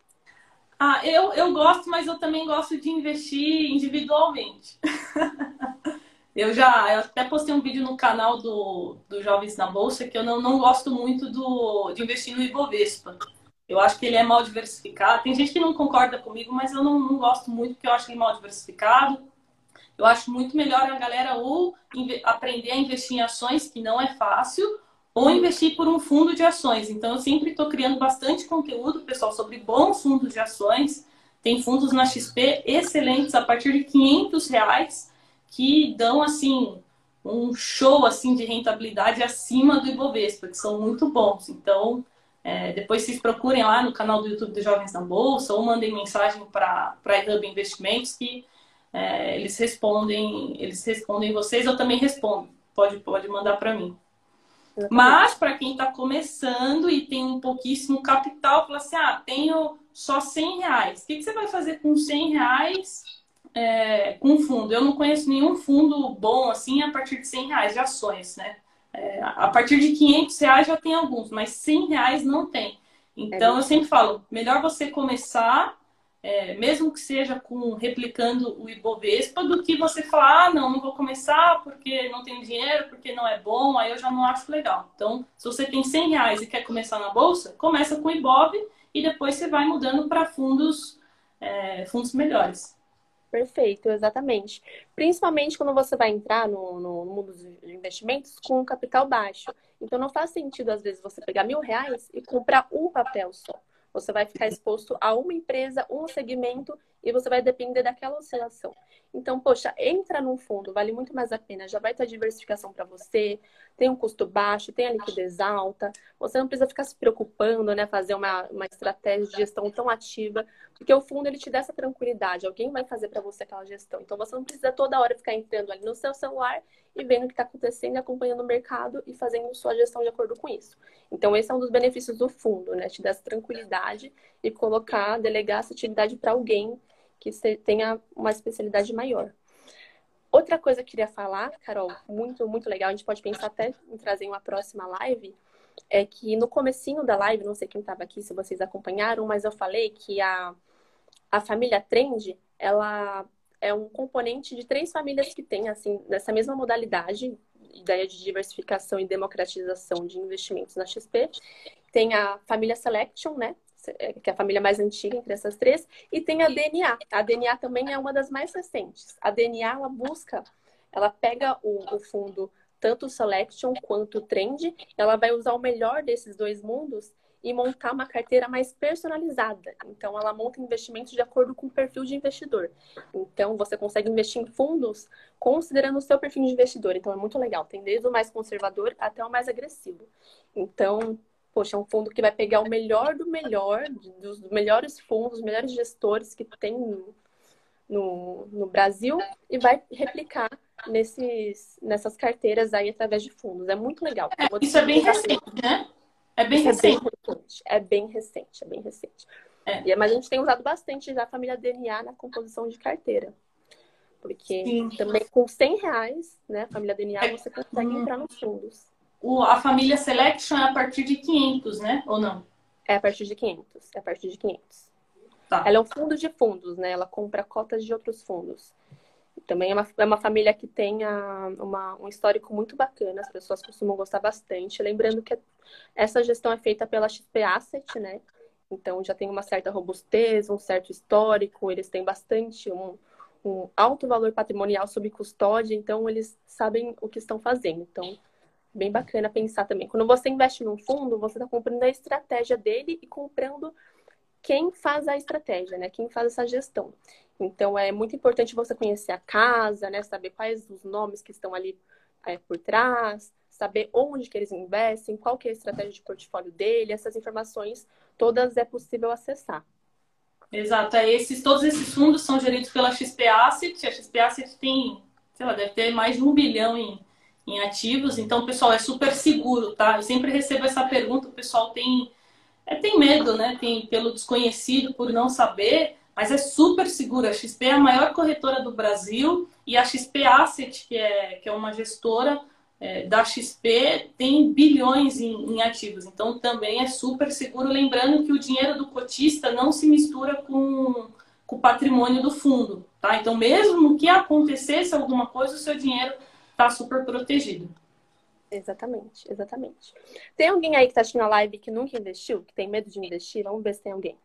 [SPEAKER 1] Eu gosto, mas eu também gosto de investir individualmente. Eu até postei um vídeo no canal do Jovens na Bolsa que eu não gosto muito de investir no Ibovespa. Eu acho que ele é mal diversificado. Tem gente que não concorda comigo, mas eu não gosto muito porque eu acho ele mal diversificado. Eu acho muito melhor a galera ou aprender a investir em ações, que não é fácil, ou investir por um fundo de ações. Então, eu sempre estou criando bastante conteúdo, pessoal, sobre bons fundos de ações. Tem fundos na XP excelentes a partir de R$ 500 que dão, assim, um show assim de rentabilidade acima do Ibovespa, que são muito bons. Então, depois vocês procurem lá no canal do YouTube dos Jovens na Bolsa ou mandem mensagem para a iHub Investimentos que eles respondem vocês, eu também respondo. Pode mandar para mim. Mas para quem está começando e tem um pouquíssimo capital, fala assim, tenho só R$ 100. O que você vai fazer com R$ 100 com fundo? Eu não conheço nenhum fundo bom assim a partir de R$ 100 de ações, né? A partir de R$ 500 já tem alguns, mas R$ 100 não tem. Então eu sempre falo, melhor você começar, mesmo que seja replicando o Ibovespa, do que você falar, não vou começar porque não tenho dinheiro, porque não é bom, aí eu já não acho legal. Então, se você tem R$ 100 e quer começar na bolsa, começa com o Ibov e depois você vai mudando para fundos melhores.
[SPEAKER 2] Perfeito, exatamente. Principalmente quando você vai entrar no mundo dos investimentos com um capital baixo. Então, não faz sentido, às vezes, você pegar R$ 1.000 e comprar um papel só. Você vai ficar exposto a uma empresa, um segmento, e você vai depender daquela oscilação. Então, poxa, entra num fundo, vale muito mais a pena. Já vai ter a diversificação para você, tem um custo baixo, tem a liquidez alta. Você não precisa ficar se preocupando, né? Fazer uma estratégia de gestão tão ativa, porque o fundo ele te dá essa tranquilidade. Alguém vai fazer para você aquela gestão. Então, você não precisa toda hora ficar entrando ali no seu celular e vendo o que está acontecendo, acompanhando o mercado e fazendo sua gestão de acordo com isso. Então, esse é um dos benefícios do fundo, né? Te dar essa tranquilidade e delegar essa atividade para alguém que tenha uma especialidade maior. Outra coisa que eu queria falar, Carol, muito, muito legal, a gente pode pensar até em trazer uma próxima live, é que no comecinho da live, não sei quem estava aqui, se vocês acompanharam, mas eu falei que a família Trend, ela é um componente de 3 famílias que tem, assim, nessa mesma modalidade, ideia de diversificação e democratização de investimentos na XP. Tem a família Selection, né? Que é a família mais antiga entre essas 3, e tem a DNA. A DNA também é uma das mais recentes. A DNA, ela pega o fundo, tanto o Selection quanto o Trend, ela vai usar o melhor desses 2 mundos e montar uma carteira mais personalizada. Então, ela monta investimentos de acordo com o perfil de investidor. Então, você consegue investir em fundos considerando o seu perfil de investidor. Então, é muito legal. Tem desde o mais conservador até o mais agressivo. Então, poxa, é um fundo que vai pegar o melhor do melhor, dos melhores fundos, os melhores gestores que tem no Brasil e vai replicar nessas carteiras aí através de fundos. É muito legal.
[SPEAKER 1] Isso é bem recente, né? É bem recente.
[SPEAKER 2] É bem recente. Mas a gente tem usado bastante já a família DNA na composição de carteira. Porque também com R$ 100, né, a família DNA, você consegue entrar nos fundos.
[SPEAKER 1] A família Selection é a partir de 500, né? Ou não?
[SPEAKER 2] É a partir de 500.
[SPEAKER 1] Tá.
[SPEAKER 2] Ela é um fundo de fundos, né? Ela compra cotas de outros fundos. Também é uma família que tem um histórico muito bacana, as pessoas costumam gostar bastante. Lembrando que essa gestão é feita pela XP Asset, né? Então já tem uma certa robustez, um certo histórico, eles têm bastante um alto valor patrimonial sob custódia, então eles sabem o que estão fazendo. Então, bem bacana pensar também. Quando você investe num fundo, você está comprando a estratégia dele e comprando quem faz a estratégia, né? Quem faz essa gestão. Então, é muito importante você conhecer a casa, né? Saber quais os nomes que estão ali por trás, saber onde que eles investem, qual que é a estratégia de portfólio dele, essas informações todas é possível acessar.
[SPEAKER 1] Exato. Todos esses fundos são geridos pela XP Asset. A XP Asset tem, sei lá, deve ter mais de 1 bilhão em ativos. Então, pessoal, é super seguro, tá? Eu sempre recebo essa pergunta, o pessoal tem medo, né? Tem pelo desconhecido, por não saber, mas é super seguro. A XP é a maior corretora do Brasil e a XP Asset, que é uma gestora da XP, tem bilhões em ativos. Então também é super seguro. Lembrando que o dinheiro do cotista não se mistura com o patrimônio do fundo, tá? Então, mesmo que acontecesse alguma coisa, o seu dinheiro está super protegido.
[SPEAKER 2] Exatamente, exatamente. Tem alguém aí que está assistindo a live que nunca investiu, que tem medo de investir? Vamos ver se tem alguém.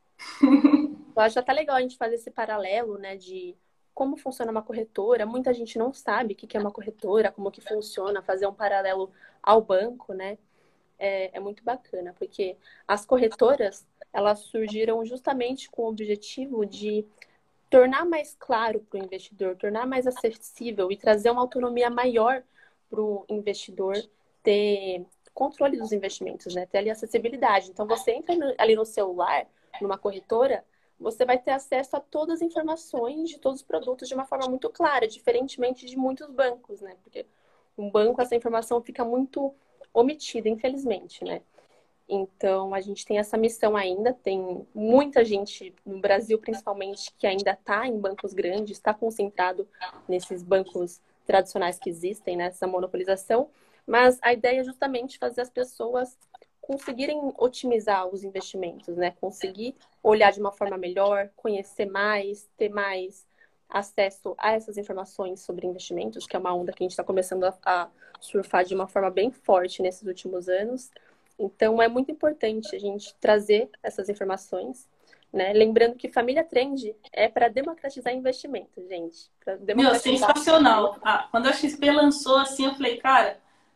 [SPEAKER 2] Eu acho até legal a gente fazer esse paralelo, né, de como funciona uma corretora. Muita gente não sabe o que é uma corretora, como que funciona, fazer um paralelo ao banco, né? É muito bacana, porque as corretoras, elas surgiram justamente com o objetivo de tornar mais claro para o investidor, tornar mais acessível e trazer uma autonomia maior para o investidor ter controle dos investimentos, né? Ter ali acessibilidade. Então, você entra ali no celular, numa corretora, você vai ter acesso a todas as informações de todos os produtos de uma forma muito clara, diferentemente de muitos bancos, né? Porque um banco, essa informação fica muito omitida, infelizmente, né? Então, a gente tem essa missão ainda. Tem muita gente no Brasil, principalmente, que ainda está em bancos grandes, está concentrado nesses bancos tradicionais que existem, nessa monopolização. Mas a ideia é justamente fazer as pessoas conseguirem otimizar os investimentos, né? Conseguir olhar de uma forma melhor, conhecer mais, ter mais acesso a essas informações sobre investimentos, que é uma onda que a gente está começando a surfar de uma forma bem forte nesses últimos anos. Então, é muito importante a gente trazer essas informações, né? Lembrando que Família Trend é para democratizar investimento, gente. Para
[SPEAKER 1] Meu,
[SPEAKER 2] democratizar.
[SPEAKER 1] sensacional. Quando a XP lançou assim, eu falei, cara,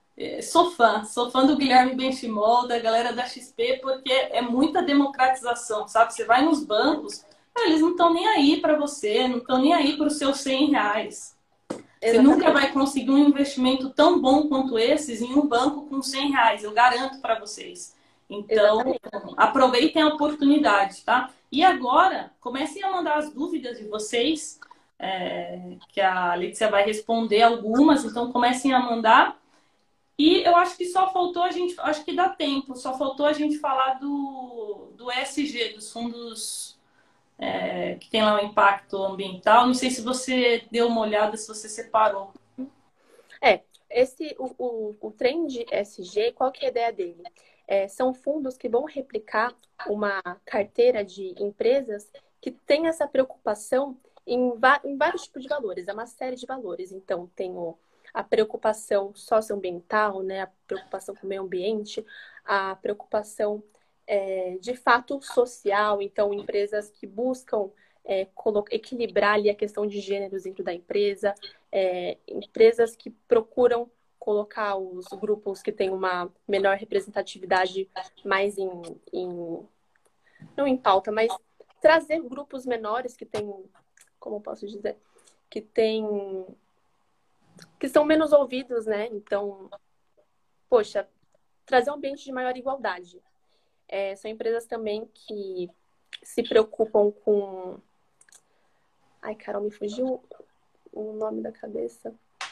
[SPEAKER 1] sou fã do Guilherme Benchimol, da galera da XP, porque é muita democratização, sabe? Você vai nos bancos, eles não estão nem aí para você, não estão nem aí para os seus R$ 100. Você nunca
[SPEAKER 2] Exatamente.
[SPEAKER 1] vai conseguir um investimento tão bom quanto esses em um banco com R$ 100, eu garanto para vocês. Então,
[SPEAKER 2] Exatamente.
[SPEAKER 1] aproveitem a oportunidade, tá? E agora, comecem a mandar as dúvidas de vocês, que a Letícia vai responder algumas, então comecem a mandar. E eu acho que só faltou a gente, acho que dá tempo, só faltou a gente falar do ESG, dos fundos que tem lá o impacto ambiental. Não sei se você deu uma olhada, se você separou.
[SPEAKER 2] O Trend SG, qual que é a ideia dele? São fundos que vão replicar uma carteira de empresas que tem essa preocupação em vários tipos de valores, é uma série de valores. Então, tem a preocupação socioambiental, né? A preocupação com o meio ambiente, a preocupação de fato social, então empresas que buscam equilibrar ali a questão de gêneros dentro da empresa, empresas que procuram colocar os grupos que têm uma menor representatividade mais não em pauta, mas trazer grupos menores que têm, como eu posso dizer, que têm, que são menos ouvidos, né? Então, poxa, trazer um ambiente de maior igualdade. São empresas também que se preocupam com... Ai, Carol, me fugiu o nome da cabeça.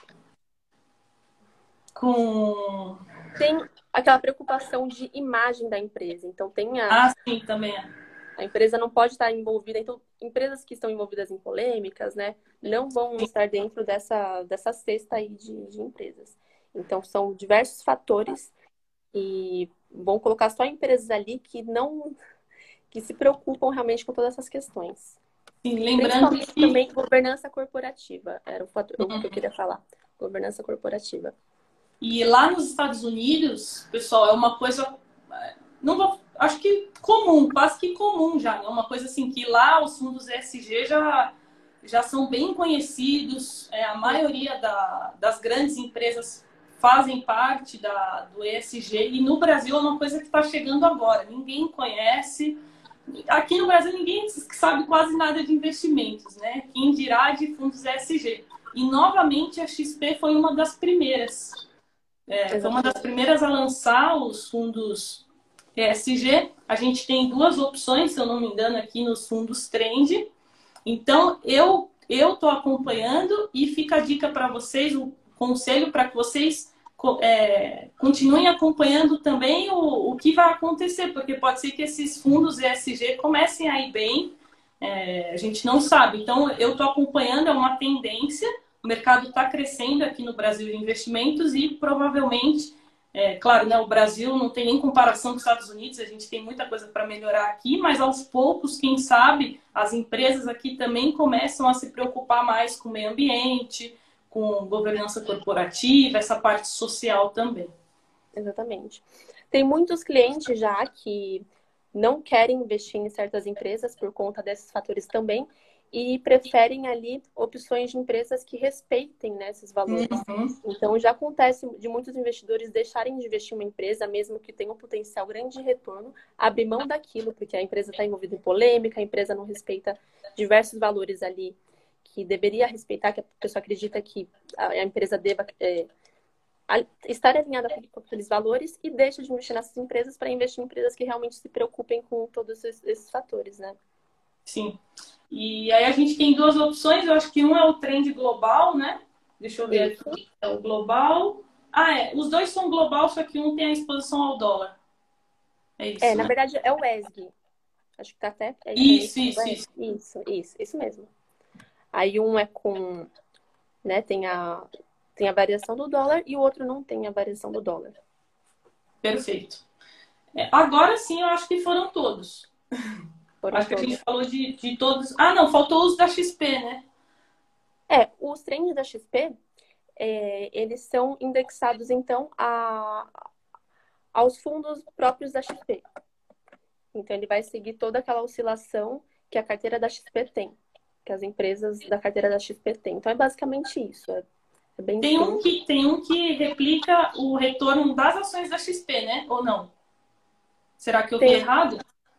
[SPEAKER 2] Tem aquela preocupação de imagem da empresa. Então,
[SPEAKER 1] Sim, também
[SPEAKER 2] a empresa não pode estar envolvida. Então, empresas que estão envolvidas em polêmicas, né, não vão estar dentro dessa cesta aí de empresas. Então, são diversos fatores e vão colocar só empresas ali que se preocupam realmente com todas essas questões.
[SPEAKER 1] Sim, lembrando
[SPEAKER 2] Principalmente
[SPEAKER 1] que
[SPEAKER 2] também governança corporativa, era o fator que eu queria falar. Governança corporativa.
[SPEAKER 1] e lá nos Estados Unidos, pessoal, é uma coisa, não vou, acho que comum, quase que comum já, né? Uma coisa assim que lá os fundos ESG já são bem conhecidos, a maioria das grandes empresas fazem parte do ESG, e no Brasil é uma coisa que está chegando agora, ninguém conhece. Aqui no Brasil ninguém sabe quase nada de investimentos, né? Quem dirá de fundos ESG. E novamente a XP foi uma das primeiras. Foi uma das primeiras a lançar os fundos ESG. A gente tem duas opções, se eu não me engano, aqui nos fundos Trend. Então, eu estou acompanhando, e fica a dica para vocês, o conselho para que vocês continuem acompanhando também o que vai acontecer, porque pode ser que esses fundos ESG comecem a ir bem, a gente não sabe. Então, eu estou acompanhando, é uma tendência, o mercado está crescendo aqui no Brasil de investimentos e provavelmente, claro, né, o Brasil não tem nem comparação com os Estados Unidos, a gente tem muita coisa para melhorar aqui, mas aos poucos, quem sabe, as empresas aqui também começam a se preocupar mais com o meio ambiente, com governança corporativa, essa parte social também.
[SPEAKER 2] Exatamente. Tem muitos clientes já que não querem investir em certas empresas por conta desses fatores também e preferem ali opções de empresas que respeitem, né, esses valores. Então, já acontece de muitos investidores deixarem de investir em uma empresa, mesmo que tenha um potencial grande de retorno, abrir mão daquilo, porque a empresa está envolvida em polêmica, a empresa não respeita diversos valores ali que deveria respeitar, que a pessoa acredita que a empresa deva estar alinhada com aqueles valores, e deixa de investir nessas empresas para investir em empresas que realmente se preocupem com todos esses fatores, né?
[SPEAKER 1] Sim. E aí a gente tem duas opções, eu acho que um é o Trend Global, né? Deixa eu ver aqui. É o Global. Os dois são global, só que um tem a exposição ao dólar. É isso,
[SPEAKER 2] Na
[SPEAKER 1] né?
[SPEAKER 2] verdade é o ESG. Acho que tá até... Isso mesmo. Aí um é com... né, tem a variação do dólar, e o outro não tem a variação do dólar.
[SPEAKER 1] Perfeito. Agora sim, eu acho que foram todos. Acho que a gente falou de todos. Não, faltou os da XP, né?
[SPEAKER 2] Os trends da XP, eles são indexados, então, aos fundos próprios da XP. Então, ele vai seguir toda aquela oscilação que a carteira da XP tem, que as empresas da carteira da XP têm. Então, é basicamente isso. É bem simples.
[SPEAKER 1] Tem um que replica o retorno das ações da XP, né? Ou não? Será que eu vi errado?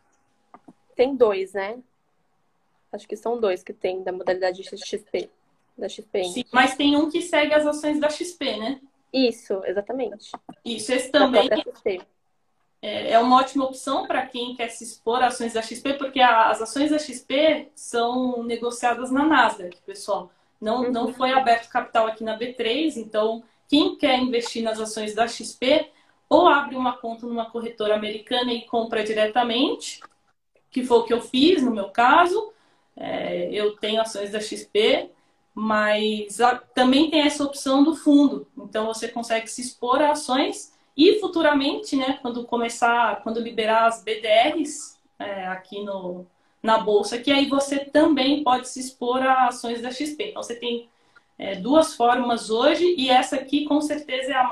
[SPEAKER 2] Tem dois, né? Acho que são dois que tem da modalidade XP, da XP.
[SPEAKER 1] Sim, mas tem um que segue as ações da XP, né?
[SPEAKER 2] Isso, exatamente.
[SPEAKER 1] Isso, esse também
[SPEAKER 2] Da própria XP.
[SPEAKER 1] É uma ótima opção para quem quer se expor a ações da XP, porque as ações da XP são negociadas na Nasdaq, pessoal. Não foi aberto capital aqui na B3, então quem quer investir nas ações da XP ou abre uma conta numa corretora americana e compra diretamente, que foi o que eu fiz no meu caso. Eu tenho ações da XP, mas também tem essa opção do fundo. Então você consegue se expor a ações e futuramente, né, quando liberar as BDRs aqui na bolsa, que aí você também pode se expor a ações da XP. Então você tem duas formas hoje, e essa aqui com certeza é a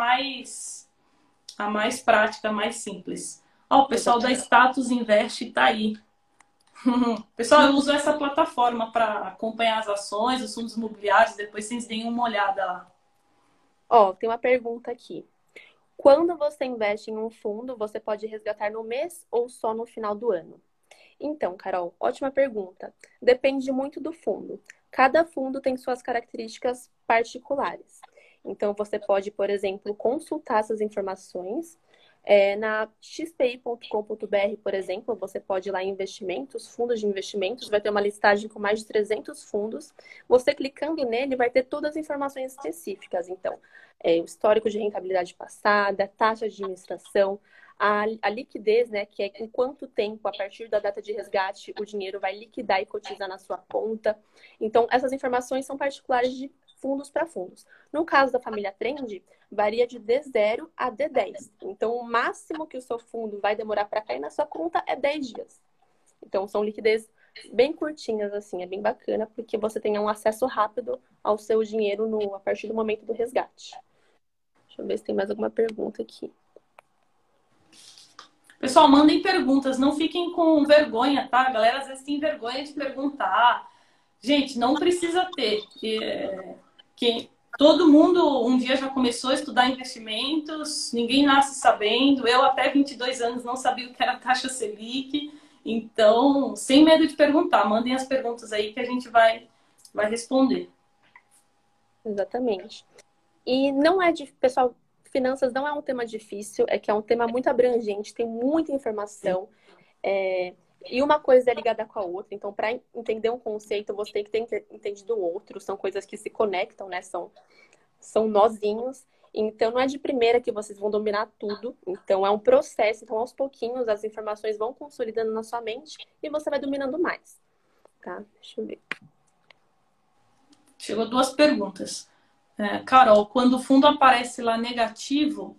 [SPEAKER 1] mais prática, a mais simples. O pessoal da Status Invest está aí. Pessoal, eu uso essa plataforma para acompanhar as ações, os fundos imobiliários, depois vocês deem uma olhada lá.
[SPEAKER 2] Tem uma pergunta aqui. Quando você investe em um fundo, você pode resgatar no mês ou só no final do ano? Então, Carol, ótima pergunta. Depende muito do fundo. Cada fundo tem suas características particulares. Então, você pode, por exemplo, consultar essas informações. Na xpi.com.br, por exemplo, você pode ir lá em investimentos, fundos de investimentos, vai ter uma listagem com mais de 300 fundos. Você clicando nele vai ter todas as informações específicas. Então, o histórico de rentabilidade passada, taxa de administração, a liquidez, né, que é em quanto tempo, a partir da data de resgate, o dinheiro vai liquidar e cotizar na sua conta. Então, essas informações são particulares de fundos para fundos. No caso da família Trend, varia de D0 a D10. Então, o máximo que o seu fundo vai demorar para cair na sua conta é 10 dias. Então, são liquidez bem curtinhas, assim, é bem bacana, porque você tem um acesso rápido ao seu dinheiro a partir do momento do resgate. Deixa eu ver se tem mais alguma pergunta aqui.
[SPEAKER 1] Pessoal, mandem perguntas, não fiquem com vergonha, tá? A galera às vezes tem vergonha de perguntar. Gente, não precisa ter. Todo mundo um dia já começou a estudar investimentos, ninguém nasce sabendo. Eu até 22 anos não sabia o que era taxa Selic. Então, sem medo de perguntar, mandem as perguntas aí que a gente vai responder.
[SPEAKER 2] Exatamente. E não é de, pessoal, finanças não é um tema difícil, é que é um tema muito abrangente, tem muita informação. E uma coisa é ligada com a outra. Então, para entender um conceito, você tem que ter entendido o outro. São coisas que se conectam, né? São nozinhos. Então, não é de primeira que vocês vão dominar tudo. Então, é um processo. Então, aos pouquinhos, as informações vão consolidando na sua mente e você vai dominando mais. Tá? Deixa eu ver.
[SPEAKER 1] Chegou 2 perguntas. Carol, quando o fundo aparece lá negativo,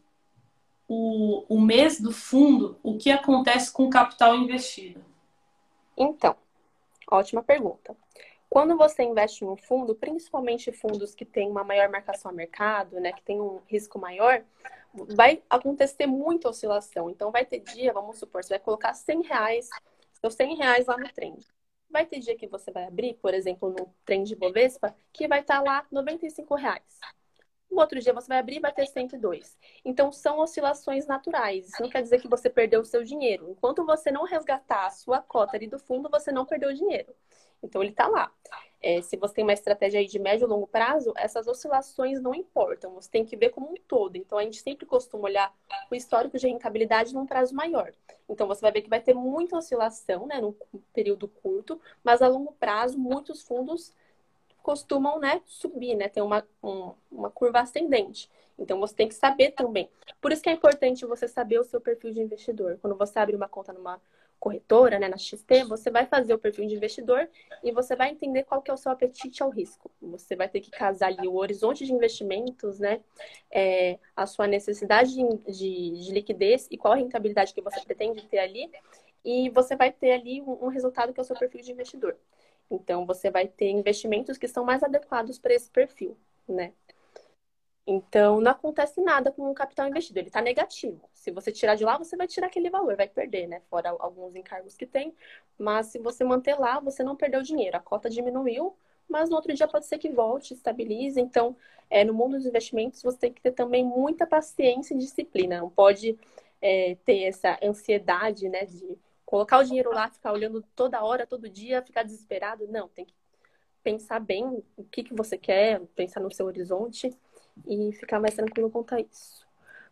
[SPEAKER 1] o mês do fundo, o que acontece com o capital investido?
[SPEAKER 2] Então, ótima pergunta. Quando você investe em um fundo, principalmente fundos que têm uma maior marcação a mercado, né, que tem um risco maior, vai acontecer muita oscilação. Então, vai ter dia, vamos supor, você vai colocar R$ 100, seus R$ 100 lá no trend. Vai ter dia que você vai abrir, por exemplo, no trend Bovespa, que vai estar lá R$ 95. No outro dia você vai abrir e vai ter 102. Então, são oscilações naturais. Isso não quer dizer que você perdeu o seu dinheiro. Enquanto você não resgatar a sua cota ali do fundo, você não perdeu o dinheiro. Então, ele está lá. Se você tem uma estratégia aí de médio e longo prazo, essas oscilações não importam. Você tem que ver como um todo. Então, a gente sempre costuma olhar o histórico de rentabilidade num prazo maior. Então, você vai ver que vai ter muita oscilação, né, num período curto, mas a longo prazo, muitos fundos costumam, né, subir, né, ter uma curva ascendente. Então, você tem que saber também. Por isso que é importante você saber o seu perfil de investidor. Quando você abre uma conta numa corretora, né, na XP, você vai fazer o perfil de investidor e você vai entender qual que é o seu apetite ao risco. Você vai ter que casar ali o horizonte de investimentos, né, a sua necessidade de liquidez e qual a rentabilidade que você pretende ter ali. E você vai ter ali um resultado que é o seu perfil de investidor. Então, você vai ter investimentos que são mais adequados para esse perfil, né? Então, não acontece nada com o capital investido. Ele está negativo. Se você tirar de lá, você vai tirar aquele valor, vai perder, né? Fora alguns encargos que tem. Mas se você manter lá, você não perdeu dinheiro. A cota diminuiu, mas no outro dia pode ser que volte, estabilize. Então, no mundo dos investimentos, você tem que ter também muita paciência e disciplina. Não pode ter essa ansiedade, né? De colocar o dinheiro lá, ficar olhando toda hora, todo dia, ficar desesperado. Não, tem que pensar bem o que você quer, pensar no seu horizonte e ficar mais tranquilo quanto a isso.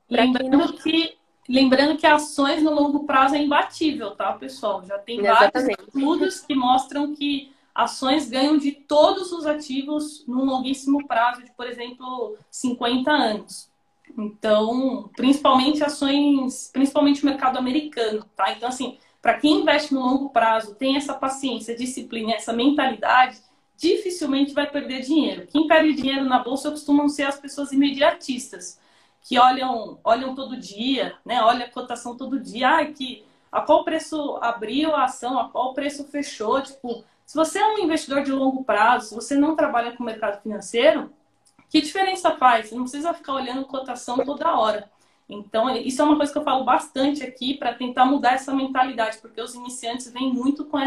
[SPEAKER 1] Lembrando que ações no longo prazo é imbatível, tá, pessoal? Já tem vários estudos que mostram que ações ganham de todos os ativos num longuíssimo prazo de, por exemplo, 50 anos. Então, principalmente ações, principalmente o mercado americano, tá? Então, assim, para quem investe no longo prazo, tem essa paciência, disciplina, essa mentalidade, dificilmente vai perder dinheiro. Quem perde dinheiro na bolsa costumam ser as pessoas imediatistas, que olham todo dia, né? Olha a cotação todo dia, a qual preço abriu a ação, a qual preço fechou. Tipo, se você é um investidor de longo prazo, se você não trabalha com o mercado financeiro, que diferença faz? Você não precisa ficar olhando cotação toda hora. Então, isso é uma coisa que eu falo bastante aqui para tentar mudar essa mentalidade, porque os iniciantes vêm muito com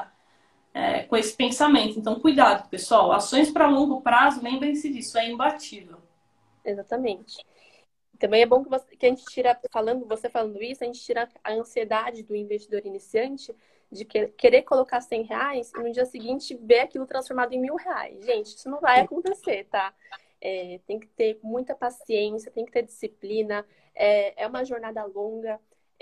[SPEAKER 1] esse pensamento. Então, cuidado, pessoal. Ações para longo prazo, lembrem-se disso, é imbatível.
[SPEAKER 2] Exatamente. Também é bom que a gente tira, você falando isso, a gente tira a ansiedade do investidor iniciante de querer colocar R$ 100 e no dia seguinte ver aquilo transformado em R$ 1.000. Gente, isso não vai acontecer, tá? Tem que ter muita paciência, tem que ter disciplina, é uma jornada longa.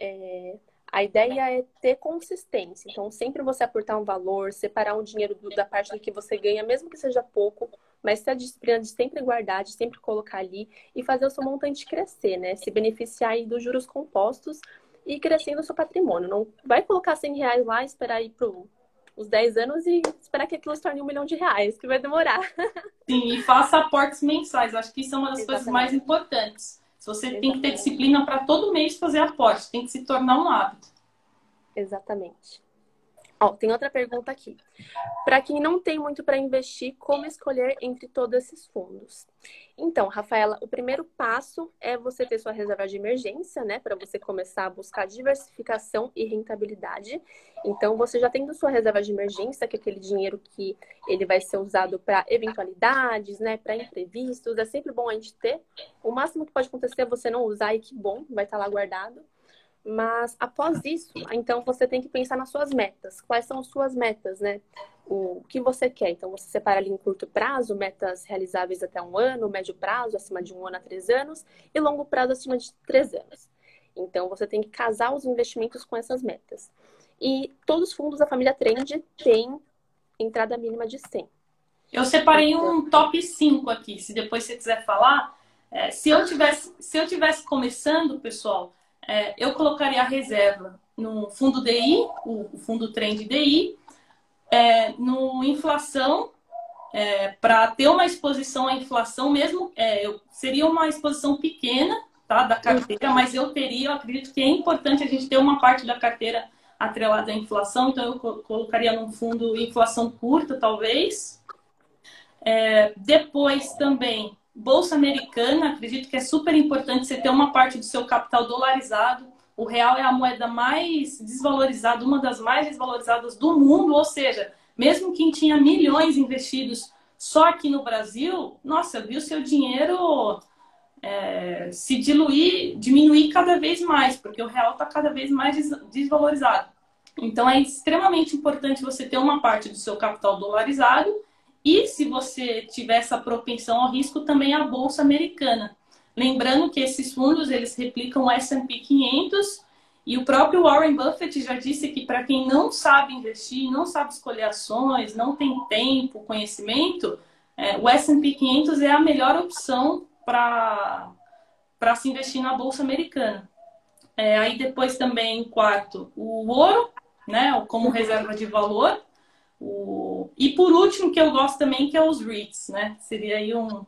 [SPEAKER 2] A ideia é ter consistência. Então, sempre você aportar um valor, separar um dinheiro da parte do que você ganha, mesmo que seja pouco, mas ter a disciplina de sempre guardar, de sempre colocar ali e fazer o seu montante crescer, né? Se beneficiar aí dos juros compostos e crescendo o seu patrimônio. Não vai colocar R$ 100 lá, esperar ir para os 10 anos e esperar que aquilo se torne R$ 1.000.000, que vai demorar.
[SPEAKER 1] Sim, e faça aportes mensais. Acho que isso é uma das coisas mais importantes. Se você tem que ter disciplina para todo mês fazer aporte, tem que se tornar um hábito.
[SPEAKER 2] Exatamente. Ó, tem outra pergunta aqui. Para quem não tem muito para investir, como escolher entre todos esses fundos? Então, Rafaela, o primeiro passo é você ter sua reserva de emergência, né? Para você começar a buscar diversificação e rentabilidade. Então, você já tendo sua reserva de emergência, que é aquele dinheiro que ele vai ser usado para eventualidades, né? Para imprevistos. É sempre bom a gente ter. O máximo que pode acontecer é você não usar e que bom, vai estar lá guardado. Mas após isso, então você tem que pensar nas suas metas. Quais são as suas metas, né? O que você quer. Então você separa ali em curto prazo, metas realizáveis até 1 ano, médio prazo, acima de 1 ano a 3 anos, e longo prazo acima de 3 anos. Então você tem que casar os investimentos com essas metas. E todos os fundos da família Trend têm entrada mínima de 100.
[SPEAKER 1] Eu separei um top 5 aqui, se depois você quiser falar. Se eu tivesse começando, pessoal, eu colocaria a reserva no fundo DI, o fundo Trend DI, no inflação, para ter uma exposição à inflação mesmo, seria uma exposição pequena, tá, da carteira, mas eu acredito que é importante a gente ter uma parte da carteira atrelada à inflação, então eu colocaria num fundo inflação curta, talvez. Depois também, Bolsa Americana, acredito que é super importante você ter uma parte do seu capital dolarizado. O real é a moeda mais desvalorizada, uma das mais desvalorizadas do mundo, ou seja, mesmo quem tinha milhões investidos só aqui no Brasil, nossa, viu seu dinheiro se diluir, diminuir cada vez mais, porque o real está cada vez mais desvalorizado. Então é extremamente importante você ter uma parte do seu capital dolarizado. E se você tiver essa propensão ao risco, também a Bolsa Americana. Lembrando que esses fundos, eles replicam o S&P 500 e o próprio Warren Buffett já disse que para quem não sabe investir, não sabe escolher ações, não tem tempo, conhecimento, o S&P 500 é a melhor opção para se investir na Bolsa Americana. Aí depois também, em quarto, o ouro, né, como reserva de valor. E por último, que eu gosto também, que é os REITs, né? Seria aí uma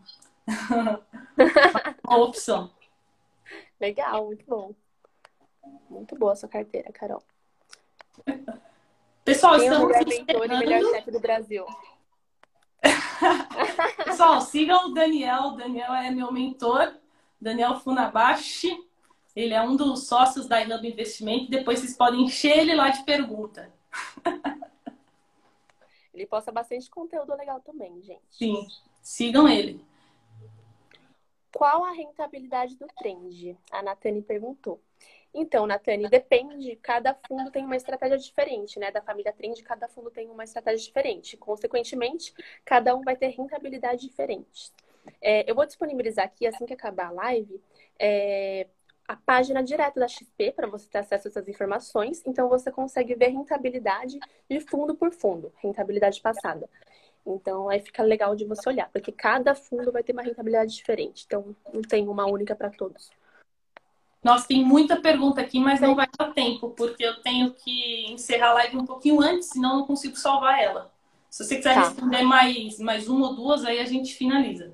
[SPEAKER 1] opção.
[SPEAKER 2] Legal, muito bom. Muito boa a sua carteira, Carol.
[SPEAKER 1] Pessoal,
[SPEAKER 2] quem é o
[SPEAKER 1] estamos
[SPEAKER 2] melhor mentor e melhor chefe do Brasil?
[SPEAKER 1] Pessoal, sigam o Daniel. O Daniel é meu mentor. Daniel Funabashi. Ele é um dos sócios da iHub Investimento. Depois vocês podem encher ele lá de pergunta.
[SPEAKER 2] Ele posta bastante conteúdo legal também, gente.
[SPEAKER 1] Sim, sigam ele.
[SPEAKER 2] Qual a rentabilidade do Trend? A Natane perguntou. Então, Natane, depende. Cada fundo tem uma estratégia diferente, né? Da família Trend, cada fundo tem uma estratégia diferente. Consequentemente, cada um vai ter rentabilidade diferente. Eu vou disponibilizar aqui, assim que acabar a live, a página direta da XP para você ter acesso a essas informações. Então, você consegue ver rentabilidade de fundo por fundo, rentabilidade passada. Então, aí fica legal de você olhar, porque cada fundo vai ter uma rentabilidade diferente. Então, não tem uma única para todos.
[SPEAKER 1] Nossa, tem muita pergunta aqui, mas não vai dar tempo, porque eu tenho que encerrar a live um pouquinho antes, senão eu não consigo salvar ela. Se você quiser responder mais uma ou duas, aí a gente finaliza.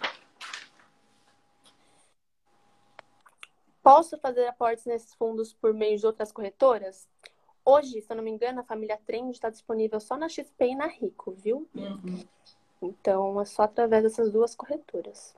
[SPEAKER 2] Posso fazer aportes nesses fundos por meio de outras corretoras? Hoje, se eu não me engano, a família Trend está disponível só na XP e na Rico, viu?
[SPEAKER 1] Uhum.
[SPEAKER 2] Então, é só através dessas duas corretoras.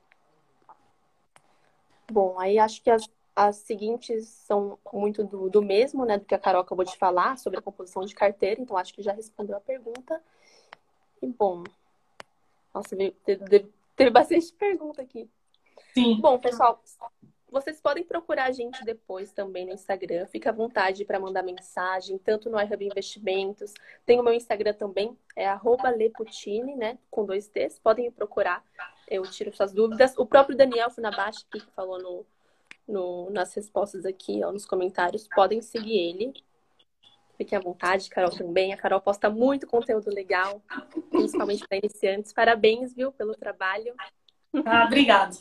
[SPEAKER 2] Bom, aí acho que as seguintes são muito do mesmo, né? Do que a Carol acabou de falar, sobre a composição de carteira. Então, acho que já respondeu a pergunta. E, bom... Nossa, teve bastante pergunta aqui.
[SPEAKER 1] Sim.
[SPEAKER 2] Bom, pessoal... Vocês podem procurar a gente depois também no Instagram. Fica à vontade para mandar mensagem, tanto no iHub Investimentos. Tem o meu Instagram também, é @leputini, né? Com 2 T's. Podem me procurar, eu tiro suas dúvidas. O próprio Daniel Funabashi, que falou nas respostas aqui, ó, nos comentários, podem seguir ele. Fiquem à vontade, Carol também. A Carol posta muito conteúdo legal, principalmente para iniciantes. Parabéns, viu, pelo trabalho.
[SPEAKER 1] Obrigada.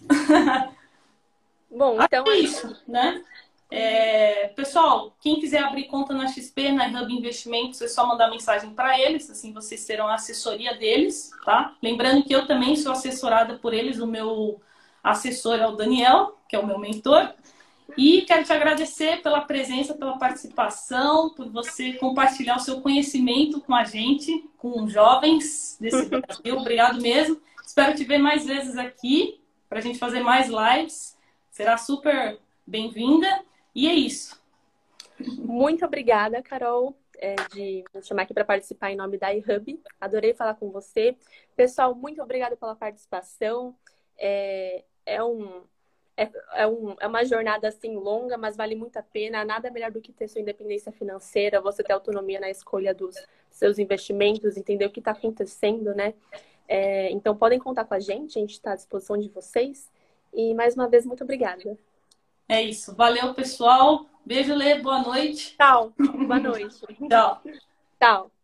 [SPEAKER 2] Bom, então
[SPEAKER 1] é isso, né? Pessoal, quem quiser abrir conta na XP, na iHub Investimentos, é só mandar mensagem para eles, assim vocês terão a assessoria deles, tá? Lembrando que eu também sou assessorada por eles, o meu assessor é o Daniel, que é o meu mentor. E quero te agradecer pela presença, pela participação, por você compartilhar o seu conhecimento com a gente, com os jovens desse Brasil. Obrigado mesmo. Espero te ver mais vezes aqui para a gente fazer mais lives. Será super bem-vinda. E é isso.
[SPEAKER 2] Muito obrigada, Carol, de me chamar aqui para participar em nome da iHub. Adorei falar com você. Pessoal, muito obrigada pela participação. É uma jornada assim longa, mas vale muito a pena. Nada melhor do que ter sua independência financeira, você ter autonomia na escolha dos seus investimentos, entender o que está acontecendo, né? Então podem contar com a gente está à disposição de vocês. E mais uma vez, muito obrigada.
[SPEAKER 1] É isso. Valeu, pessoal. Beijo, Lê. Boa noite.
[SPEAKER 2] Tchau. Boa noite.
[SPEAKER 1] Tchau.
[SPEAKER 2] Tchau.